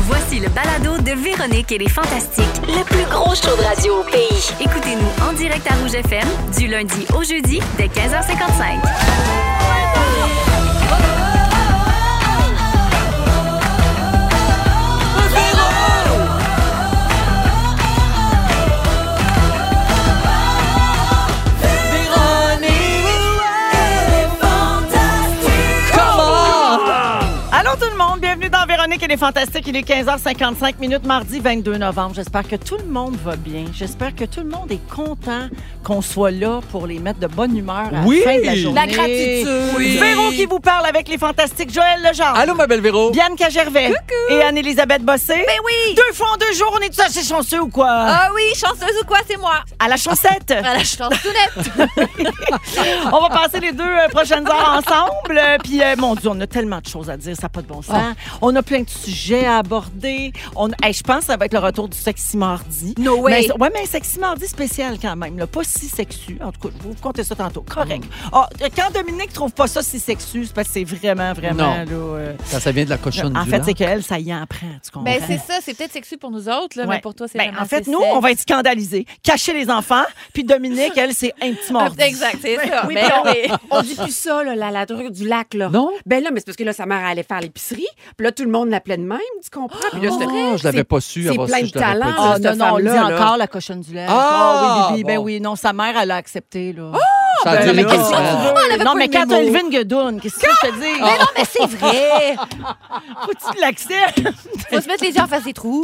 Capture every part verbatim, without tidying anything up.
Voici le balado de Véronique et les Fantastiques. Le plus gros show de radio au pays. Écoutez-nous en direct à Rouge F M du lundi au jeudi dès quinze heures cinquante-cinq. Véronique et les Fantastiques, il est quinze heures cinquante-cinq minutes, mardi vingt-deux novembre. J'espère que tout le monde va bien. J'espère que tout le monde est content qu'on soit là pour les mettre de bonne humeur à oui! la fin de la journée. La gratitude. Oui. Véro qui vous parle avec les Fantastiques. Joël Legendre. Allô, ma belle Véro. Bianca Gervais. Coucou. Et Anne-Élisabeth Bossé. Ben oui. Deux fois en deux jours, on est-tu assez chanceux ou quoi? Ah oui, chanceuse ou quoi, c'est moi. À la chancette. À la chanceuse. On va passer les deux euh, prochaines heures ensemble. Euh, Puis, euh, mon Dieu, on a tellement de choses à dire, ça n'a pas de bon sens. Ah. On a plein de sujets à aborder. On... Hey, je pense que ça va être le retour du Sexy Mardi. No way. Mais, ouais, mais un Sexy Mardi spécial quand même. Là. Pas si sexu. En tout cas, je vais vous compter ça tantôt. Correct. Mm. Ah, quand Dominique trouve pas ça si sexu, c'est parce que c'est vraiment, vraiment... Non. Là, euh... Ça, ça vient de la cochonne En du fait, lac. c'est qu'elle, ça y en prend. Tu comprends? Ben c'est ça, c'est peut-être sexu pour nous autres, là, Ouais. mais pour toi, c'est Ben, vraiment en fait, assez nous, sexe. on va être scandalisés. Cacher les enfants. Puis Dominique, elle, c'est un petit mardi. Exact, c'est ça. Oui, Ben puis oui. on dit plus ça, là, la, la drogue du lac, là. Non? Ben là, mais c'est parce que là, sa mère allait faire l'épicerie, puis là, tout le monde l'appelait de même, tu comprends? Puis là, c'était Oh, je l'avais c'est- pas su. C'est Avoir plein su, de je l'aurais pas talent, dit. Ah, cette non, non, on dit femme-là, là. encore la cochonne du lait. Ah, oui, Bibi, ben bon. oui. Non, sa mère, elle a accepté, là. Ça a Ben, duré mais deux qu'est-ce que tu semaines. veux? Non, pas mais le quand mémo. t'as élevé une guedoune, qu'est-ce que je te dis? Mais non, mais c'est vrai. Faut-tu que l'acceptes? Faut se mettre les yeux en face des trous.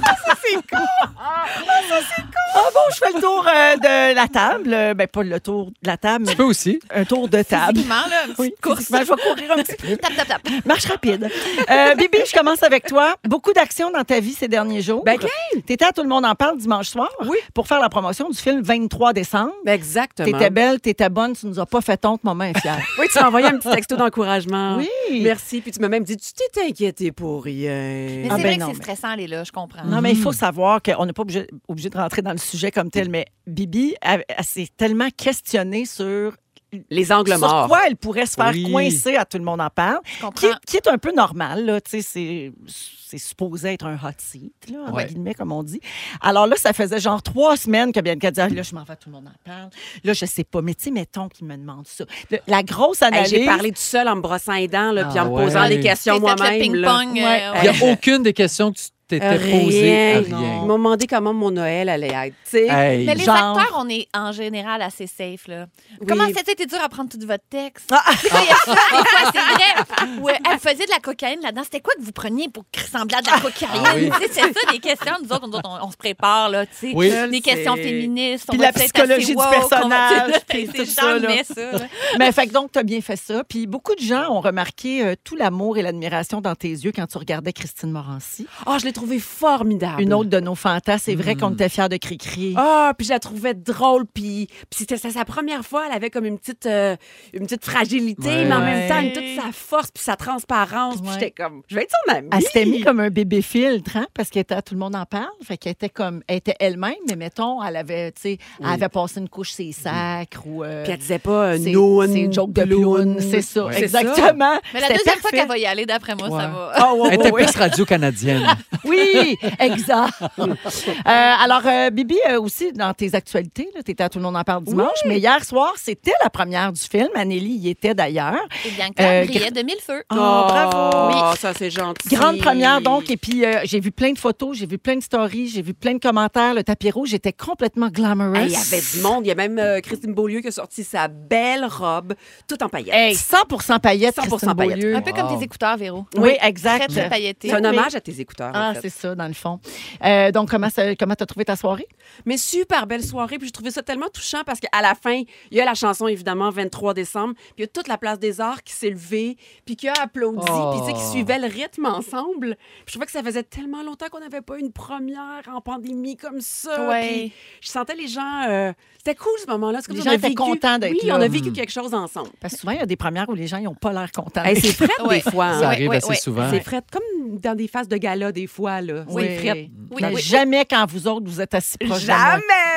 Ah bon, je fais le tour euh, de la table. Euh, Ben, pas le tour de la table, mais Tu peux aussi. un tour de table. Physiquement, là, une petite Oui, course. physiquement, je vais courir un petit peu. Tap, tap, tap. Marche rapide. Euh, Bibi, je commence avec toi. Beaucoup d'actions dans ta vie ces derniers jours. Ben, T'étais à Tout le monde en parle dimanche soir Oui. pour faire la promotion du film vingt-trois décembre. Ben exactement. T'étais belle, t'étais bonne, tu nous as pas fait honte, maman est fière. Oui, tu m'as envoyé un petit texto d'encouragement. Oui. Merci. Puis tu m'as même dit, tu t'es inquiété pour rien. Mais Ah c'est ben vrai non, que c'est mais- stressant, les là, je comprends. Non, mais il faut savoir qu'on n'est pas obligé, obligé de rentrer dans le sujet comme tel, mais Bibi, elle, elle s'est tellement questionnée sur, Les angles sur morts. quoi elle pourrait se faire Oui. coincer à Tout le monde en parle, Je qui, comprends. est- qui est un peu normal, là, tu sais, c'est... C'est supposé être un hot seat, là, entre Ouais. guillemets, comme on dit. Alors là, ça faisait genre trois semaines que Bianca disait, ah, là, je m'en vais, tout le monde en parle. Là, je sais pas. Mais tu sais, mettons qu'il me demande ça. Le- la grosse Hey, analyse... j'ai parlé tout seul en me brossant les dents, là, puis Ah en me ouais. posant des questions T'es fait le moi-même. là. ping-pong. euh, Ouais. Il n'y ouais. a aucune des questions que tu t'étais Rien. posées. à Ils Rien. m'ont demandé comment mon Noël allait être. tu sais. Hey. Mais les Genre- acteurs, on est en général assez safe. Là. Oui. Comment c'était été dur à prendre tout votre texte? Ah, Des fois, il y a ça, des fois, c'est vrai. Où euh, elle faisait de la cocaïne là-dedans. C'était quoi que vous preniez pour ressembler à de la cocaïne? Ah oui. Tu sais, c'est ça, des questions. Nous autres, nous autres, on, on se prépare, là, tu sais. Oui. Je le Des questions sais. féministes. on Puis va la être assez psychologie du woke, on va- personnage, puis C'est tout ça, là. jamais ça. là. Mais fait que donc, tu as bien fait ça. Puis beaucoup de gens ont remarqué euh, tout l'amour et l'admiration dans tes yeux quand tu regardais Christine Morancy. Ah, je l'ai trouvé formidable. Une autre de nos fantasmes. C'est vrai Mm. qu'on était fiers de Cricri. Ah, puis je la trouvais drôle, puis, puis c'était sa, sa première fois, elle avait comme une petite, euh, une petite fragilité, Ouais. mais en même temps, Ouais. une, toute sa force, puis sa transparence, puis Ouais. j'étais comme, je vais être son amie. Elle s'était mis comme un bébé filtre, hein, parce qu'elle était à Tout le monde en parle. Fait qu'elle était comme, elle était elle-même, mais mettons, elle avait, tu sais, elle Oui. avait passé une couche ses sacres ou. euh, Puis elle disait pas c'est no c'est une joke de ploune, c'est ça, Ouais. C'est exactement. Mais la C'était deuxième fois parfait. qu'elle va y aller, d'après moi, ça Ouais. va. Ah, ouais, Elle ouais, était ouais. plus radio-canadienne. Oui, exact. Euh, alors, euh, Bibi, euh, aussi, dans tes actualités, tu étais à Tout le monde en parle dimanche, mais hier soir, c'était la première du film. Anneli y était d'ailleurs. Et Bianca Euh, brillait de mille feux. Oh, bravo! Oh, ça, c'est gentil. Grande première, donc. Et puis, euh, j'ai vu plein de photos, j'ai vu plein de stories, j'ai vu plein de commentaires. Le tapis rouge était complètement glamorous. Hey, il y avait du monde. Il y a même euh, Christine Beaulieu qui a sorti sa belle robe, toute en paillettes. Hey, cent pour cent paillettes, cent pour cent Christine paillettes. Beaulieu. Un peu comme Wow. tes écouteurs, Véro. Oui, exact. Très, très pailleté. C'est un Oui. hommage à tes écouteurs, Ah, en fait. c'est ça, dans le fond. Euh, donc, comment ça- comment t'as trouvé ta soirée? Mais super belle soirée. Puis j'ai trouvé ça tellement touchant parce qu'à la fin, il y a la chanson, évidemment, vingt-trois décembre. Puis il y a toute la place des arts qui s'est levée, puis qui a applaudi, Oh. puis tu sais, qui suivait le rythme ensemble. Puis je trouvais que ça faisait tellement longtemps qu'on n'avait pas eu une première en pandémie comme ça. Ouais. Puis je sentais les gens... euh, C'était cool, ce moment-là. C'est comme Les si gens on a étaient vécu... contents d'être oui, là. on a vécu quelque chose ensemble. Parce que souvent, il y a des premières où les gens n'ont pas l'air contents. Hey, c'est fret Ouais. des fois. hein. Ça Ouais, arrive ouais, assez ouais. souvent. C'est fret comme dans des phases de gala, des fois. Là. Oui. C'est fret. Oui, Mais oui, oui. jamais quand vous autres, vous êtes assis proches de moi. Jamais!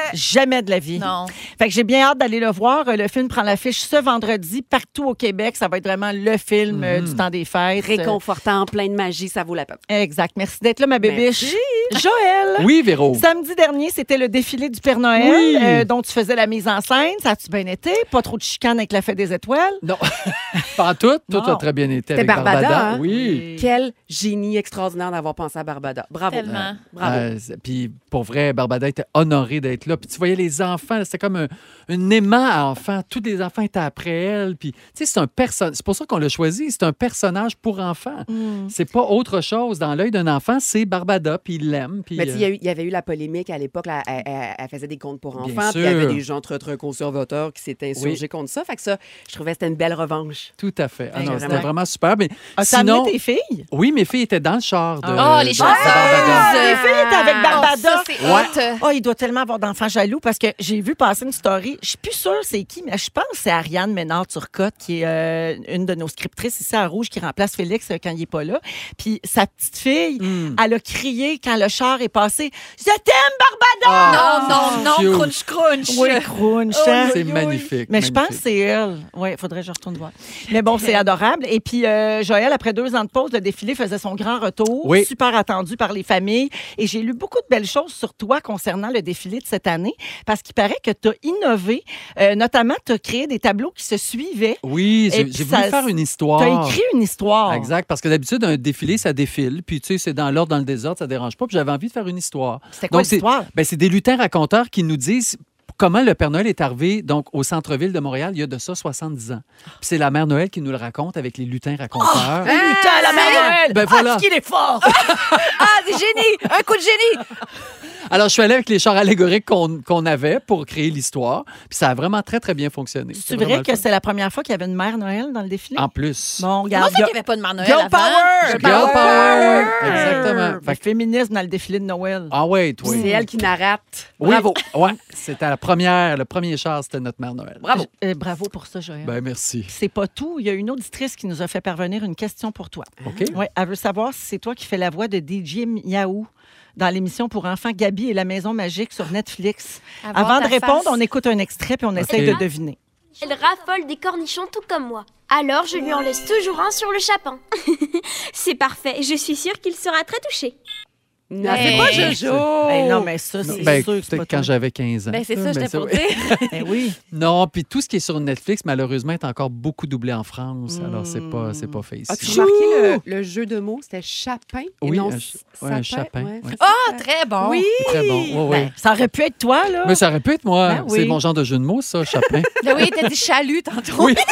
Jamais de la vie. Non. Fait que j'ai bien hâte d'aller le voir. Le film prend l'affiche ce vendredi partout au Québec. Ça va être vraiment le film euh, du temps des fêtes. Réconfortant, plein de magie, ça vaut la peine. Exact. Merci d'être là, ma bébiche. Merci. Joël. Oui, Véro. Samedi dernier, c'était le défilé du Père Noël Oui. euh, dont tu faisais la mise en scène. Ça a-tu bien été? Pas trop de chicane avec la fête des étoiles? Non, pas en tout. Tout Non. a très bien été C'était avec Barbada, Barbada. hein? Oui. Quel génie extraordinaire d'avoir pensé à Barbada. Bravo. Tellement. Bravo. Euh, c'est- Puis pour vrai, Barbada était honorée d'être là. Puis tu voyais les enfants, c'était comme un, un aimant à enfants. Tous les enfants étaient après elle. Puis tu sais, c'est un personnage. C'est pour ça qu'on l'a choisi. C'est un personnage pour enfants. Mm. C'est pas autre chose. Dans l'œil d'un enfant, c'est Barbada. Puis il l'aime. Puis Mais tu sais, il y euh, a eu- il y avait eu la polémique à l'époque. là, Elle, elle- elle faisait des contes pour Bien enfants. Puis il y avait sûr. des gens très, très conservateurs qui s'étaient insurgés Oui. contre ça. Fait que ça, je trouvais que c'était une belle revanche. tout à fait. Ah Ouais, non, c'était vraiment. vraiment super. Mais As-tu sinon, amené tes filles? oui, mes filles étaient dans le char de, Oh, les de- de chasseuses! Barbada. Ah, les filles étaient avec Oh, Barbada. ça, c'est hot. Oh, il doit tellement avoir d'enfants jaloux parce que j'ai vu passer une story. Je suis plus sûre c'est qui, mais je pense que c'est Ariane Ménard-Turcotte qui est euh, une de nos scriptrices ici à Rouge qui remplace Félix euh, quand il n'est pas là. Puis sa petite fille, Mm. elle a crié quand le char est passé « Je t'aime, Barbada! Ah, Non, non, cute. non, crunch, crunch. Oui, crunch, hein? C'est magnifique. Mais je pense que magnifique. c'est elle. Oui, il faudrait que je retourne voir. Mais bon, c'est adorable. Et puis, euh, Joël, après deux ans de pause, le défilé faisait son grand retour. Oui. Super attendu par les familles. Et j'ai lu beaucoup de belles choses sur toi concernant le défilé de cette année, parce qu'il paraît que tu as innové. Euh, notamment, tu as créé des tableaux qui se suivaient. Oui, Et j'ai puis j'ai ça- voulu faire une histoire. Tu as écrit une histoire. Exact, parce que d'habitude, un défilé, ça défile. Puis, tu sais, c'est dans l'ordre, dans le désordre, ça dérange pas. Puis, j'avais envie de faire une histoire. C'était quoi Donc, c'est- l'histoire? Ben, c'est des lutins raconteurs qui nous disent comment le Père Noël est arrivé donc, au centre-ville de Montréal il y a de ça soixante-dix ans. Puis c'est la Mère Noël qui nous le raconte avec les lutins raconteurs. Putain, la mère Noël! Ben voilà. Ah, qu'il est fort! Ah, c'est génie! Un coup de génie! Alors, je suis allé avec les chars allégoriques qu'on qu'on avait pour créer l'histoire. Puis ça a vraiment très, très bien fonctionné. C'est vraiment vrai le que fun. c'est la première fois qu'il y avait une mère Noël dans le défilé? En plus. Bon, Comment regarde. ça qu'il n'y avait pas de Mère Noël Girl avant? power! Girl power! Exactement. Fait Fait que féminisme dans le défilé de Noël. Ah ouais, toi. C'est elle qui narrate. Oui. Bravo. Ouais, c'était la première, le premier char, c'était notre Mère Noël. Bravo. Euh, bravo pour ça, Joël. Ben merci. C'est pas tout. Il y a une auditrice qui nous a fait parvenir une question pour toi. OK. Oui, elle veut savoir si c'est toi qui fais la voix de D J Miaou dans l'émission pour enfants Gabi et la Maison Magique sur Netflix. À voir Avant ta de répondre, face. on écoute un extrait puis on essaye de deviner. Elle raffole des cornichons tout comme moi. Alors je lui en laisse toujours un sur le chapin. C'est parfait, je suis sûre qu'il sera très touché. Non, Mais- c'est pas Jojo. Hey, non, mais ça, c'est Ben, sûr que c'est peut-être pas quand toi. j'avais quinze ans. Ben, c'est ça, Mais j'étais c'est pour vrai. dire. Ben oui. Non, puis tout ce qui est sur Netflix, malheureusement, est encore beaucoup doublé en France. Alors, c'est pas, c'est pas fait ici. As-tu remarqué le, le jeu de mots? C'était chapin et Oui, non un s- ch- ouais, un chapin, ouais. c'est Ah, ça. très bon. Oui! Très bon. Ouais, ouais. Ben, ça aurait pu être toi, là. Mais ça aurait pu être moi. Ben oui. C'est mon genre de jeu de mots, ça, Chapin. Ben oui, t'as dit chalut tantôt. Oui.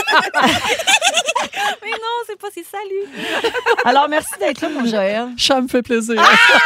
Mais non, c'est pas c'est salut. Alors, merci d'être là, mon Joël. Ça me fait plaisir.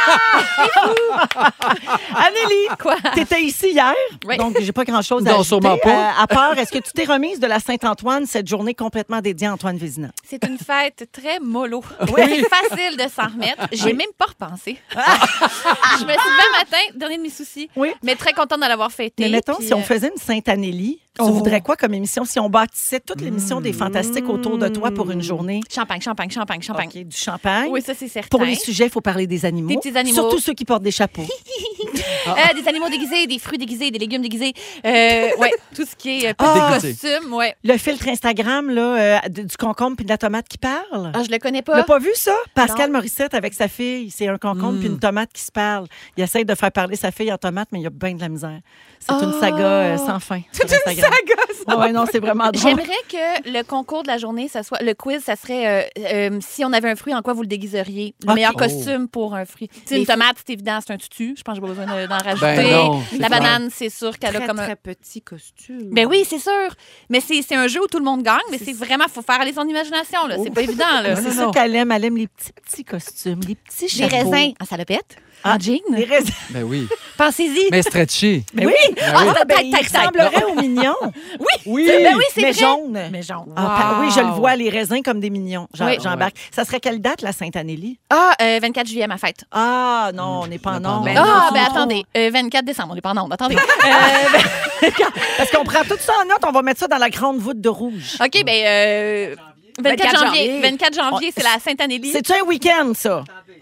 Anneli, Quoi? t'étais ici hier, Oui. donc j'ai pas grand-chose à Non, ajouter. sûrement pas. Euh, à part, est-ce que tu t'es remise de la Saint-Antoine, cette journée complètement dédiée à Antoine Vézina? C'est une fête très mollo. C'est facile de s'en remettre. J'ai même pas repensé. Je me suis levée un matin, dernier de mes soucis, Oui. mais très contente de l'avoir fêté. Mais mettons, puis, si on euh, faisait une Sainte-Anélie, tu Oh. voudrais quoi comme émission? Si on bâtissait toute l'émission des Fantastiques autour de toi pour une journée? Champagne, champagne, champagne, champagne. OK, du champagne. Oui, ça, c'est certain. Pour les sujets, il faut parler des animaux. Des petits animaux. Surtout ceux qui portent des chapeaux. Euh, des animaux déguisés, des fruits déguisés, des légumes déguisés. Euh, ouais, tout ce qui est euh, Ah. petits costumes, ouais. Le filtre Instagram là, euh, de- du concombre puis de la tomate qui parle. Ah, je le connais Tu l'as pas. pas vu ça? Pascal Morissette avec sa fille, c'est un concombre Mm. puis une tomate qui se parle. Il essaie de faire parler sa fille en tomate, mais il y a bien de la misère. C'est Oh. une saga euh, sans fin. C'est une saga, ça. Ouais, non, c'est vraiment drôle. J'aimerais que le concours de la journée, ça soit le quiz, ça serait euh, euh, si on avait un fruit, en quoi vous le déguiseriez? Le Ok. meilleur Oh. costume pour un fruit. C'est une il faut- tomate, c'est évident, c'est un tutu. Je pense que j'ai pas besoin de- d'en rajouter. Ben non, c'est la clair. banane, c'est sûr qu'elle a Très, comme un. très petit costume. Ben oui, c'est sûr. Mais c'est c'est un jeu où tout le monde gagne, mais c'est vraiment, faut faire aller son imagination, là. C'est pas évident, là. C'est non, ça non. qu'elle aime. Elle aime les petits, petits costumes, les petits Des chapeaux. raisins en salopette, Ah, en jean. Des raisins. Ben oui. Pensez-y. Mais stretché. Mais oui! Ben Ah, oui. ben, tac, il tac, tac. ressemblerait aux mignons. Oui. Ben oui, c'est mais vrai. jaune. Mais genre. Ah, oui, je le vois, les raisins comme des mignons. J'en- Oui. J'embarque. Ça serait quelle date, la Sainte-Anélie? Ah, euh, vingt-quatre juillet, ma fête. Ah, non, on n'est pas On en n'est pas en ondes. ondes. Ah, non, ben non. attendez. Euh, vingt-quatre décembre, on n'est pas en onde. Attendez. Euh, Parce qu'on prend tout ça en note, on va mettre ça dans la grande voûte de rouge. OK, ben euh, vingt-quatre vingt-quatre janvier. janvier. vingt-quatre janvier, c'est la Sainte-Anélie. C'est-tu un week-end, ça?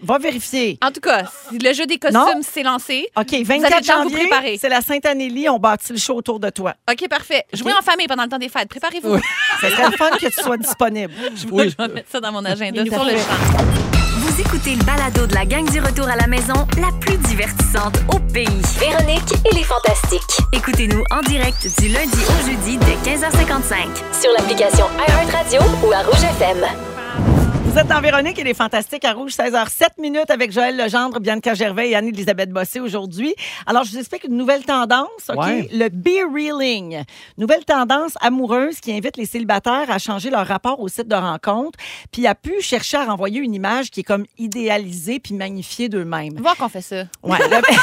Va vérifier. En tout cas, si le jeu des costumes s'est lancé. OK, Vous allez vingt-quatre déjà vous janvier, préparer. c'est la Sainte-Anélie. On bâtit le show autour de toi. OK, parfait. Jouez en famille pendant le temps des fêtes. Préparez-vous. Oui. Ça serait le fun que tu sois disponible. Je Oui. vais mettre ça dans mon agenda Il nous sur le fait- champ. Vous écoutez le balado de la gang du retour à la maison, la plus divertissante au pays. Véronique et les Fantastiques. Écoutez-nous en direct du lundi au jeudi dès quinze heures cinquante-cinq sur l'application iHeartRadio ou à Rouge F M. Vous êtes dans Véronique et les Fantastiques à Rouge, seize heures sept minutes avec Joël Legendre, Bianca Gervais et Anne-Élisabeth Bossé aujourd'hui. Alors, je vous explique une nouvelle tendance, OK? Ouais. Le be-reeling. Nouvelle tendance amoureuse qui invite les célibataires à changer leur rapport au site de rencontre puis à pu chercher à renvoyer une image qui est comme idéalisée puis magnifiée d'eux-mêmes. Voir qu'on fait ça. Ouais.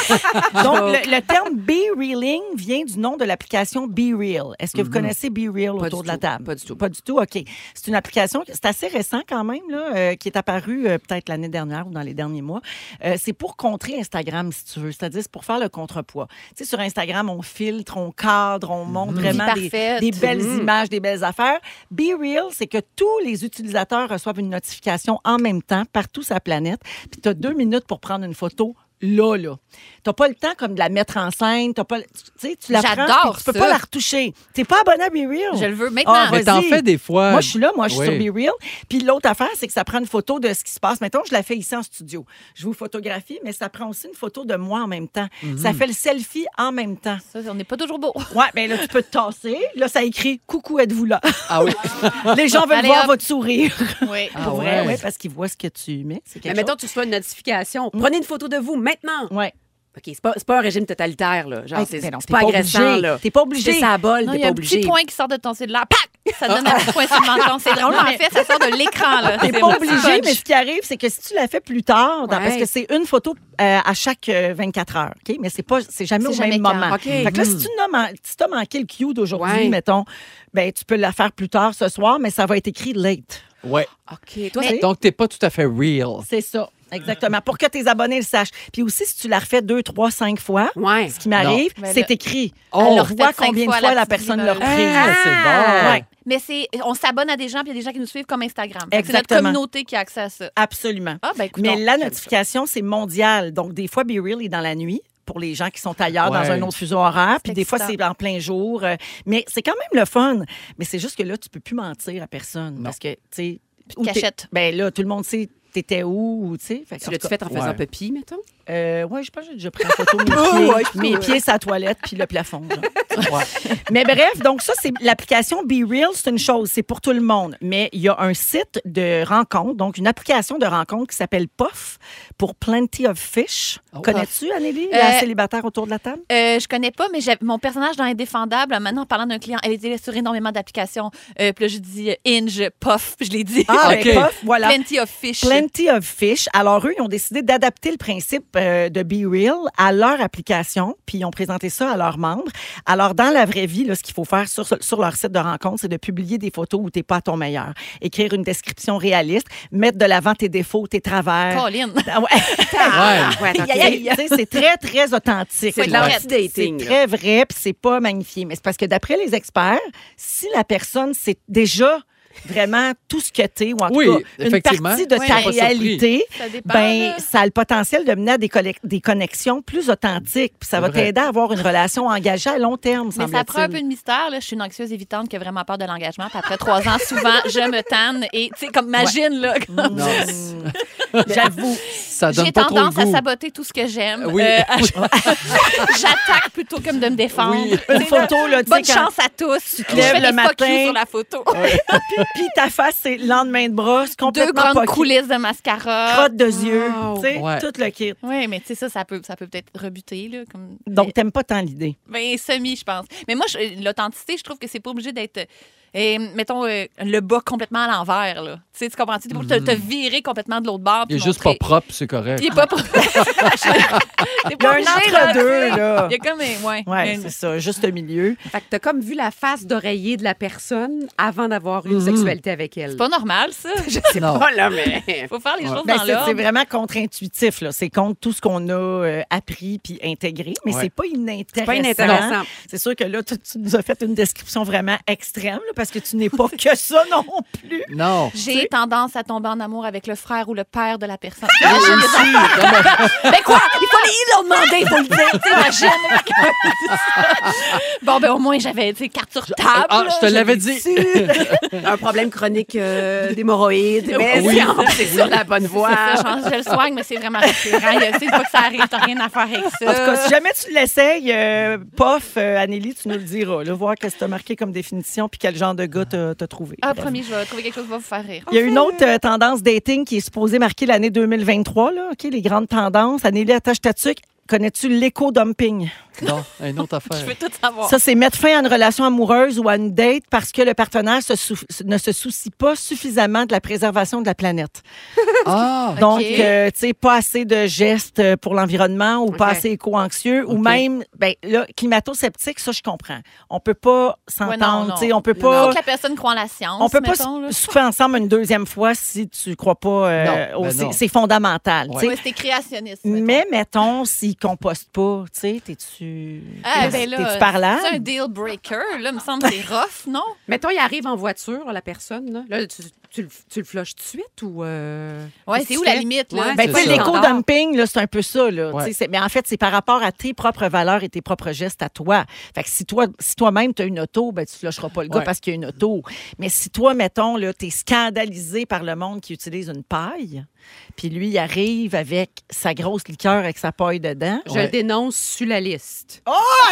Le- Donc, le, le terme be-reeling vient du nom de l'application BeReal. Est-ce que vous connaissez BeReal Pas autour du de la tout. table? Pas du tout. Pas du tout, OK. C'est une application, c'est assez récent quand même, là, euh, qui est apparue euh, peut-être l'année dernière ou dans les derniers mois. Euh, c'est pour contrer Instagram, si tu veux. C'est-à-dire, c'est pour faire le contrepoids. Tu sais, sur Instagram, on filtre, on cadre, on montre vraiment Vie des, parfaite. des belles Mhm. images, des belles affaires. BeReal, c'est que tous les utilisateurs reçoivent une notification en même temps, partout sur la planète. Puis tu as deux minutes pour prendre une photo là, là. T'as pas le temps comme de la mettre en scène. T'as pas, le- tu sais, tu la prends, J'adore puis tu peux ça. pas la retoucher. T'es pas abonné à BeReal. Je le veux maintenant. Ah, Mais t'en vas-y. fais des fois. Moi, je suis là, moi, je suis Oui. sur BeReal. Puis l'autre affaire, c'est que ça prend une photo de ce qui se passe. Mettons, je la fais ici en studio. Je vous photographie, mais ça prend aussi une photo de moi en même temps. Mhm. Ça fait le selfie en même temps. Ça, on n'est pas toujours beau. Ouais, mais là, tu peux te tasser. Là, ça écrit « Coucou, êtes-vous là? Ah oui. » Les gens veulent Allez, voir hop. votre sourire. Oui. Ah Pour vrai, ouais. ouais, parce qu'ils voient ce que tu mets. C'est Mais quelque mettons, chose. tu reçois une notification. Prenez une photo de vous maintenant. Ouais. OK, c'est pas, c'est pas un régime totalitaire, là. Genre, Hey, c'est ben non, c'est t'es pas pas agressant, obligé. là. T'es pas obligé. C'est ça à bol, Non, t'es il y a pas un obligé. petit point qui sort de ton cellulaire. Pac! Ça donne un petit point sur le menton. C'est drôle, mais en fait, ça sort de l'écran. là. T'es C'est pas un petit obligé, punch. mais ce qui arrive, c'est que si tu la fais plus tard, dans- Ouais. parce que c'est une photo euh, à chaque euh, vingt-quatre heures, OK? Mais c'est pas, c'est jamais C'est au jamais même quand. moment. OK. Fait que là, si tu n'as man- si t'as manqué le cue d'aujourd'hui, Ouais. mettons, ben tu peux la faire plus tard ce soir, mais ça va être écrit late. Ouais. OK, toi, Mais- c'est... Donc, t'es pas tout à fait real. C'est ça. Exactement. Pour que tes abonnés le sachent. Puis aussi, si tu la refais deux, trois, cinq fois, Ouais. ce qui m'arrive, Non. Ben c'est là- écrit. Oh. On Elle l'a voit refait cinq combien de fois, fois la la petite personne l'a image. repris. Ah, c'est bon. Ouais. Mais c'est, on s'abonne à des gens, puis il y a des gens qui nous suivent comme Instagram. Fait que C'est notre Exactement. communauté qui a accès à ça. Absolument. Ah, ben écoute. Mais la notification, c'est mondial. Donc, des fois, BeReal est dans la nuit pour les gens qui sont ailleurs Ouais. dans un autre fuseau horaire. Puis C'est des fois, excitant. c'est en plein jour. Euh, Mais c'est quand même le fun. Mais c'est juste que là, tu peux plus mentir à personne. Non. Parce que, tu sais... de où t'es- cachette. Ben là, tout le monde sait t'étais où, ou tu sais. Fait que, Tu en l'as-tu tout cas, fait en faisant Ouais. pipi, mettons? Euh, ouais, je pense que j'ai déjà pris une photo de mes Oh, pieds, ouais, je mes peux, pieds sur la toilette puis le plafond. genre. Ouais. Mais bref, donc ça, c'est l'application BeReal, c'est une chose, c'est pour tout le monde. Mais il y a un site de rencontre, donc une application de rencontre qui s'appelle P O F pour Plenty of Fish. Oh. Connais-tu, Anneli, la Euh, célibataire autour de la table? Euh, je connais pas, mais j'ai- mon personnage dans Indéfendable, maintenant, en parlant d'un client, elle était sur énormément d'applications. Euh, puis là, je dis euh, Inge, Puff, je l'ai dit. Ah, OK. ben, P O F, voilà. Plenty of fish. Plenty of Fish. Alors, eux, ils ont décidé d'adapter le principe euh, de BeReal à leur application, puis ils ont présenté ça à leurs membres. Alors, dans la vraie vie, là, ce qu'il faut faire sur, sur leur site de rencontre, c'est de publier des photos où tu n'es pas à ton meilleur. Écrire une description réaliste, mettre de l'avant tes défauts, tes travers. Colin. Ah ouais. Ouais. Ouais, attends, Aïe, aïe, aïe. Tu sais, c'est très, très authentique. C'est de là. l'anti-dating, C'est là. très vrai, puis c'est pas magnifié. Mais c'est parce que d'après les experts, si la personne, c'est déjà vraiment tout ce que t'es, ou en tout Oui, cas, une effectivement. partie de Oui, ta mais- pas surpris. réalité, Ça dépend, ben, là. ça a le potentiel de mener à des, colle- des connexions plus authentiques. Puis ça C'est va vrai. t'aider à avoir une relation engagée à long terme, Mais ça semble-t-il. prend un peu de mystère. Là. Je suis une anxieuse évitante qui a vraiment peur de l'engagement. Puis après trois ans, souvent, je me tanne. Et tu sais, comme imagine, là, comme- Non. J'avoue. Ça donne j'ai pas trop le tendance à goût. saboter tout ce que j'aime. Oui. Euh, J'attaque plutôt que de me défendre. Oui. Tu Une sais, là, photo, là, tu bonne sais, quand- chance à tous. Tu te lèves fais le des fuck you matin. sur la photo. puis, puis ta face, c'est lendemain de brosse, Deux complètement grandes poquée. coulisses de mascara. Crotte de yeux, Wow. tu sais, Ouais. tout le kit. Oui, mais tu sais, ça, ça peut, ça peut peut-être rebuter. Là, comme... Donc, t'aimes pas tant l'idée. Ben, semi, je pense. Mais moi, je- l'authenticité, je trouve que c'est pas obligé d'être, euh, mettons, euh, le bas complètement à l'envers. Là. Tu sais, tu comprends-tu? T'es pas obligé de te virer complètement de l'autre bord. Il est puis juste pas montrer- propre, c'est correct. Il est pas propre. T'es Il y pas a un obligé, là, entre-deux, tu sais. là. Il y a comme un... Ouais. Ouais, un- c'est ça, juste au milieu. Fait que t'as comme vu la face d'oreiller de la personne avant d'avoir une sexualité avec elle. C'est pas normal, ça. Je sais Non. pas, là, mais... Faut faire les choses Ben, dans c'est, c'est l'ordre. vraiment contre-intuitif. Là. C'est contre tout ce qu'on a euh, appris puis intégré. Mais Ouais. c'est pas inintéressant. C'est pas inintéressant. C'est sûr que là, tu, tu nous as fait une description vraiment extrême. là, parce que tu n'es pas que ça non plus. Non. J'ai tendance à tomber en amour avec le frère ou le père de la personne. Oui, aussi. Ben quoi? Il fallait y le demander, il faut le dire. T'imagines? Bon, ben au moins, j'avais, tu sais, carte sur table. Ah, je te l'avais dit. Un problème chronique euh, d'hémorroïdes. Mais Oui. c'est sur la bonne voie. C'est ça, je, je le soigne, mais c'est vraiment récurrent. Il y a- C'est une fois que ça arrive, t'as rien à faire avec ça. En tout cas, si jamais tu l'essayes, euh, pof, euh, Anneli, tu nous le diras. Là, voir qu'est-ce que tu as marqué comme définition puis quel genre de gars t'as t'as trouvé. Ah, Bref. promis, je vais trouver quelque chose qui va vous faire rire. Il y a une autre euh, tendance dating qui est supposée marquer l'année deux mille vingt-trois, là, OK, les grandes tendances. Anneli, attache ta tuque. Connais-tu l'éco-dumping? Non, une autre affaire. Je veux tout savoir. Ça, c'est mettre fin à une relation amoureuse ou à une date parce que le partenaire se sou- ne se soucie pas suffisamment de la préservation de la planète. Ah! Donc, OK. euh, tu sais, pas assez de gestes pour l'environnement ou pas OK. assez éco-anxieux ou OK. même, ben là, climato-sceptique, ça, je comprends. On peut pas Ouais, non, s'entendre, non. tu sais, on peut Faut pas... que la personne croit en la science. On peut pas mettons, là. se souper ensemble une deuxième fois si tu crois pas euh, Non, au- ben c'est- non. c'est fondamental. tu sais. Ouais, c'était créationniste. mettons. Mais mettons, s'ils compostent pas, tu sais, t'es-tu Ah, t'es- ben là, t'es-tu parlable? c'est un deal breaker, là, me semble que c'est rough, non? Mettons, il arrive en voiture, la personne. Là, là tu, tu, le- tu le flushes tout de suite ou. Euh... Ouais, qu'est-ce c'est que où tu la fais? limite, là? Ouais, Ben, C'est tu sais, ça. l'éco-dumping, là, c'est un peu ça, là. Ouais. Tu sais, c'est- Mais en fait, c'est par rapport à tes propres valeurs et tes propres gestes à toi. Fait que si toi, si toi-même, tu as une auto, ben, tu ne lâcheras pas le gars Ouais. parce qu'il y a une auto. Mais si toi, mettons, là, tu es scandalisé par le monde qui utilise une paille, puis lui, il arrive avec sa grosse liqueur avec sa paille dedans. Je Ouais. le dénonce sur la liste.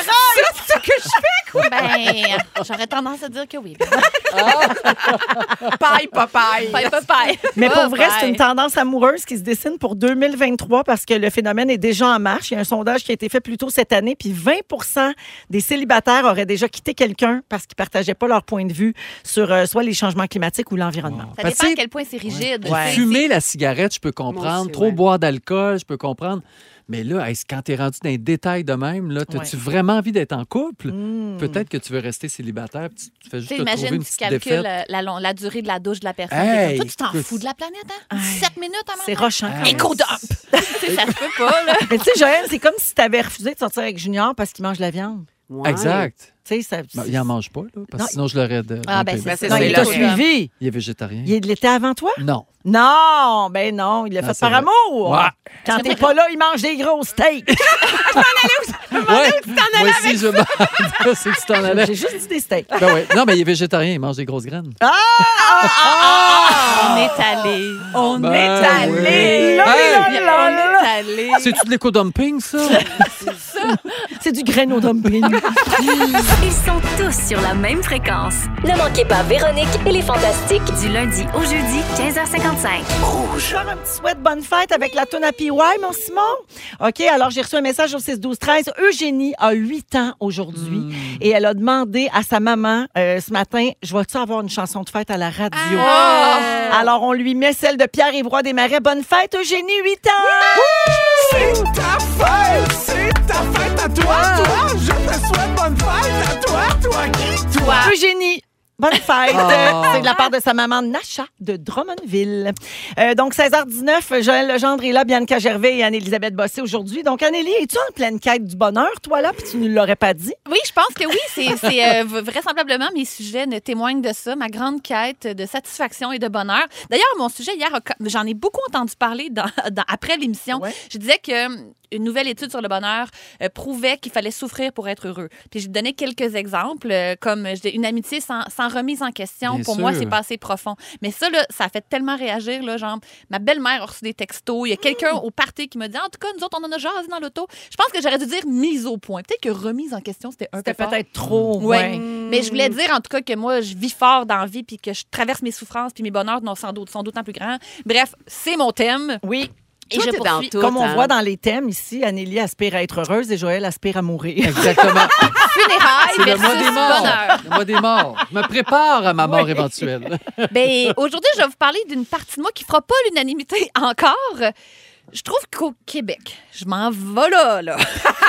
Ben, j'aurais tendance à dire que oui. Paille, pas paille. Bye, bye, bye. Mais pour Bye, vrai, c'est bye. une tendance amoureuse qui se dessine pour deux mille vingt-trois parce que le phénomène est déjà en marche. Il y a un sondage qui a été fait plus tôt cette année, puis vingt pour cent des célibataires auraient déjà quitté quelqu'un parce qu'ils ne partageaient pas leur point de vue sur euh, soit les changements climatiques ou l'environnement. Ça Parce dépend à que- quel point c'est rigide. Ouais. Tu sais, Fumer la cigarette, je peux comprendre. aussi, Trop ouais. boire d'alcool, je peux comprendre. Mais là, est-ce quand t'es rendu dans les détails de même, là, as-tu Ouais. vraiment envie d'être en couple? Mm. Peut-être que tu veux rester célibataire, puis tu, tu fais Tu juste sais, te trouver imagine, une tu petite calcules défaite. la, la, long- la durée de la douche de la personne. Hey, Toi, tu t'en écoute. fous de la planète, hein? dix-sept minutes à C'est matin. rochant. quand même. Éco-dump! Tu sais, ça se peut pas, là. Mais tu sais, Joël, c'est comme si tu avais refusé de sortir avec Junior parce qu'il mange de la viande. Ouais. Exact. Tu sais, ça. Ben, il en mange pas, là, parce Non. que sinon je l'aurais. de- Ah, ben, monté. c'est c'est Non, ça, il là, t'a là. suivi. Il est végétarien. Il l'était avant toi? Non. Non, ben non, il l'a Ah, fait c'est par vrai. amour. Ouais. Quand t'es pas là, il mange des gros steaks. Ouais. Moi aussi, je m'en- C'est que tu t'en allais. J'ai juste dit des steaks. Ben ouais. Non, mais il est végétarien, il mange des grosses graines. Ah! On est allé. On Ben est allé. oui. Là, Hey! là, On là, là. est allé. C'est-tu de l'éco-dumping, ça? C'est du grain dumping. Ils sont tous sur la même fréquence. Ne manquez pas Véronique et les Fantastiques du lundi au jeudi, quinze heures cinquante-cinq. Je vais faire un petit souhait de bonne fête avec la toune à P Y, mon Simon. OK, alors j'ai reçu un message au six douze treize. Eugénie a huit ans aujourd'hui et elle a demandé à sa maman euh, ce matin, je vais-tu avoir une chanson de fête à la radio? Alors on lui met celle de Pierre-Yves Roy Desmarais. Bonne fête, Eugénie, huit ans! C'est ta fête, c'est ta fête à toi, toi. Je te souhaite bonne fête à toi, toi qui, toi. Eugénie, bonne fête. Oh. C'est de la part de sa maman Nacha de Drummondville. Euh, donc, seize heures dix-neuf, Joël Legendre est là, Bianca Gervais et Anne-Élisabeth Bossé aujourd'hui. Donc, Annélie, es-tu en pleine quête du bonheur, toi, là, puis tu ne l'aurais pas dit? Oui, je pense que oui. C'est, c'est, euh, vraisemblablement, mes sujets ne témoignent de ça. Ma grande quête de satisfaction et de bonheur. D'ailleurs, mon sujet hier, a- j'en ai beaucoup entendu parler dans, dans- après l'émission. Ouais. Je disais que hum, une nouvelle étude sur le bonheur euh, prouvait qu'il fallait souffrir pour être heureux. Puis je donnais quelques exemples, euh, comme je dis, une amitié sans, sans remise en question. Bien pour sûr. moi, c'est pas assez profond. Mais ça, là, ça a fait tellement réagir. Là, genre, ma belle-mère a reçu des textos. Il y a quelqu'un au party qui me dit, en tout cas, nous autres, on en a jasé dans l'auto. Je pense que j'aurais dû dire mise au point. Peut-être que remise en question, c'était un peu C'était fort. peut-être trop. Ouais. ouais. Mais je voulais dire, en tout cas, que moi, je vis fort dans la vie, puis que je traverse mes souffrances, puis mes bonheurs non, sans doute, sont d'autant plus grands. Bref, c'est mon thème. Oui. Et Tout je est dans poursuis. tout. Comme on hein. voit dans les thèmes ici, Annélie aspire à être heureuse et Joël aspire à mourir. Exactement. Funérailles C'est le mois versus des morts. bonheur. Le mois des morts. Je me prépare à ma mort éventuelle. Ben, aujourd'hui, je vais vous parler d'une partie de moi qui fera pas l'unanimité encore. Je trouve qu'au Québec, je m'en vais là, là.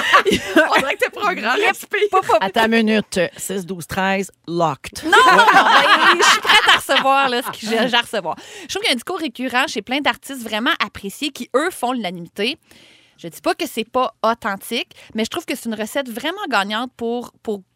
On dirait que t'es programme. Pas, pas, À ta minute, six douze treize, locked. Non, non, non, ben, je suis prête à recevoir là, ce que j'ai j'ai à recevoir. Je trouve qu'il y a un discours récurrent chez plein d'artistes vraiment appréciés qui, eux, font l'unanimité. Je dis pas que c'est pas authentique, mais je trouve que c'est une recette vraiment gagnante pour, pour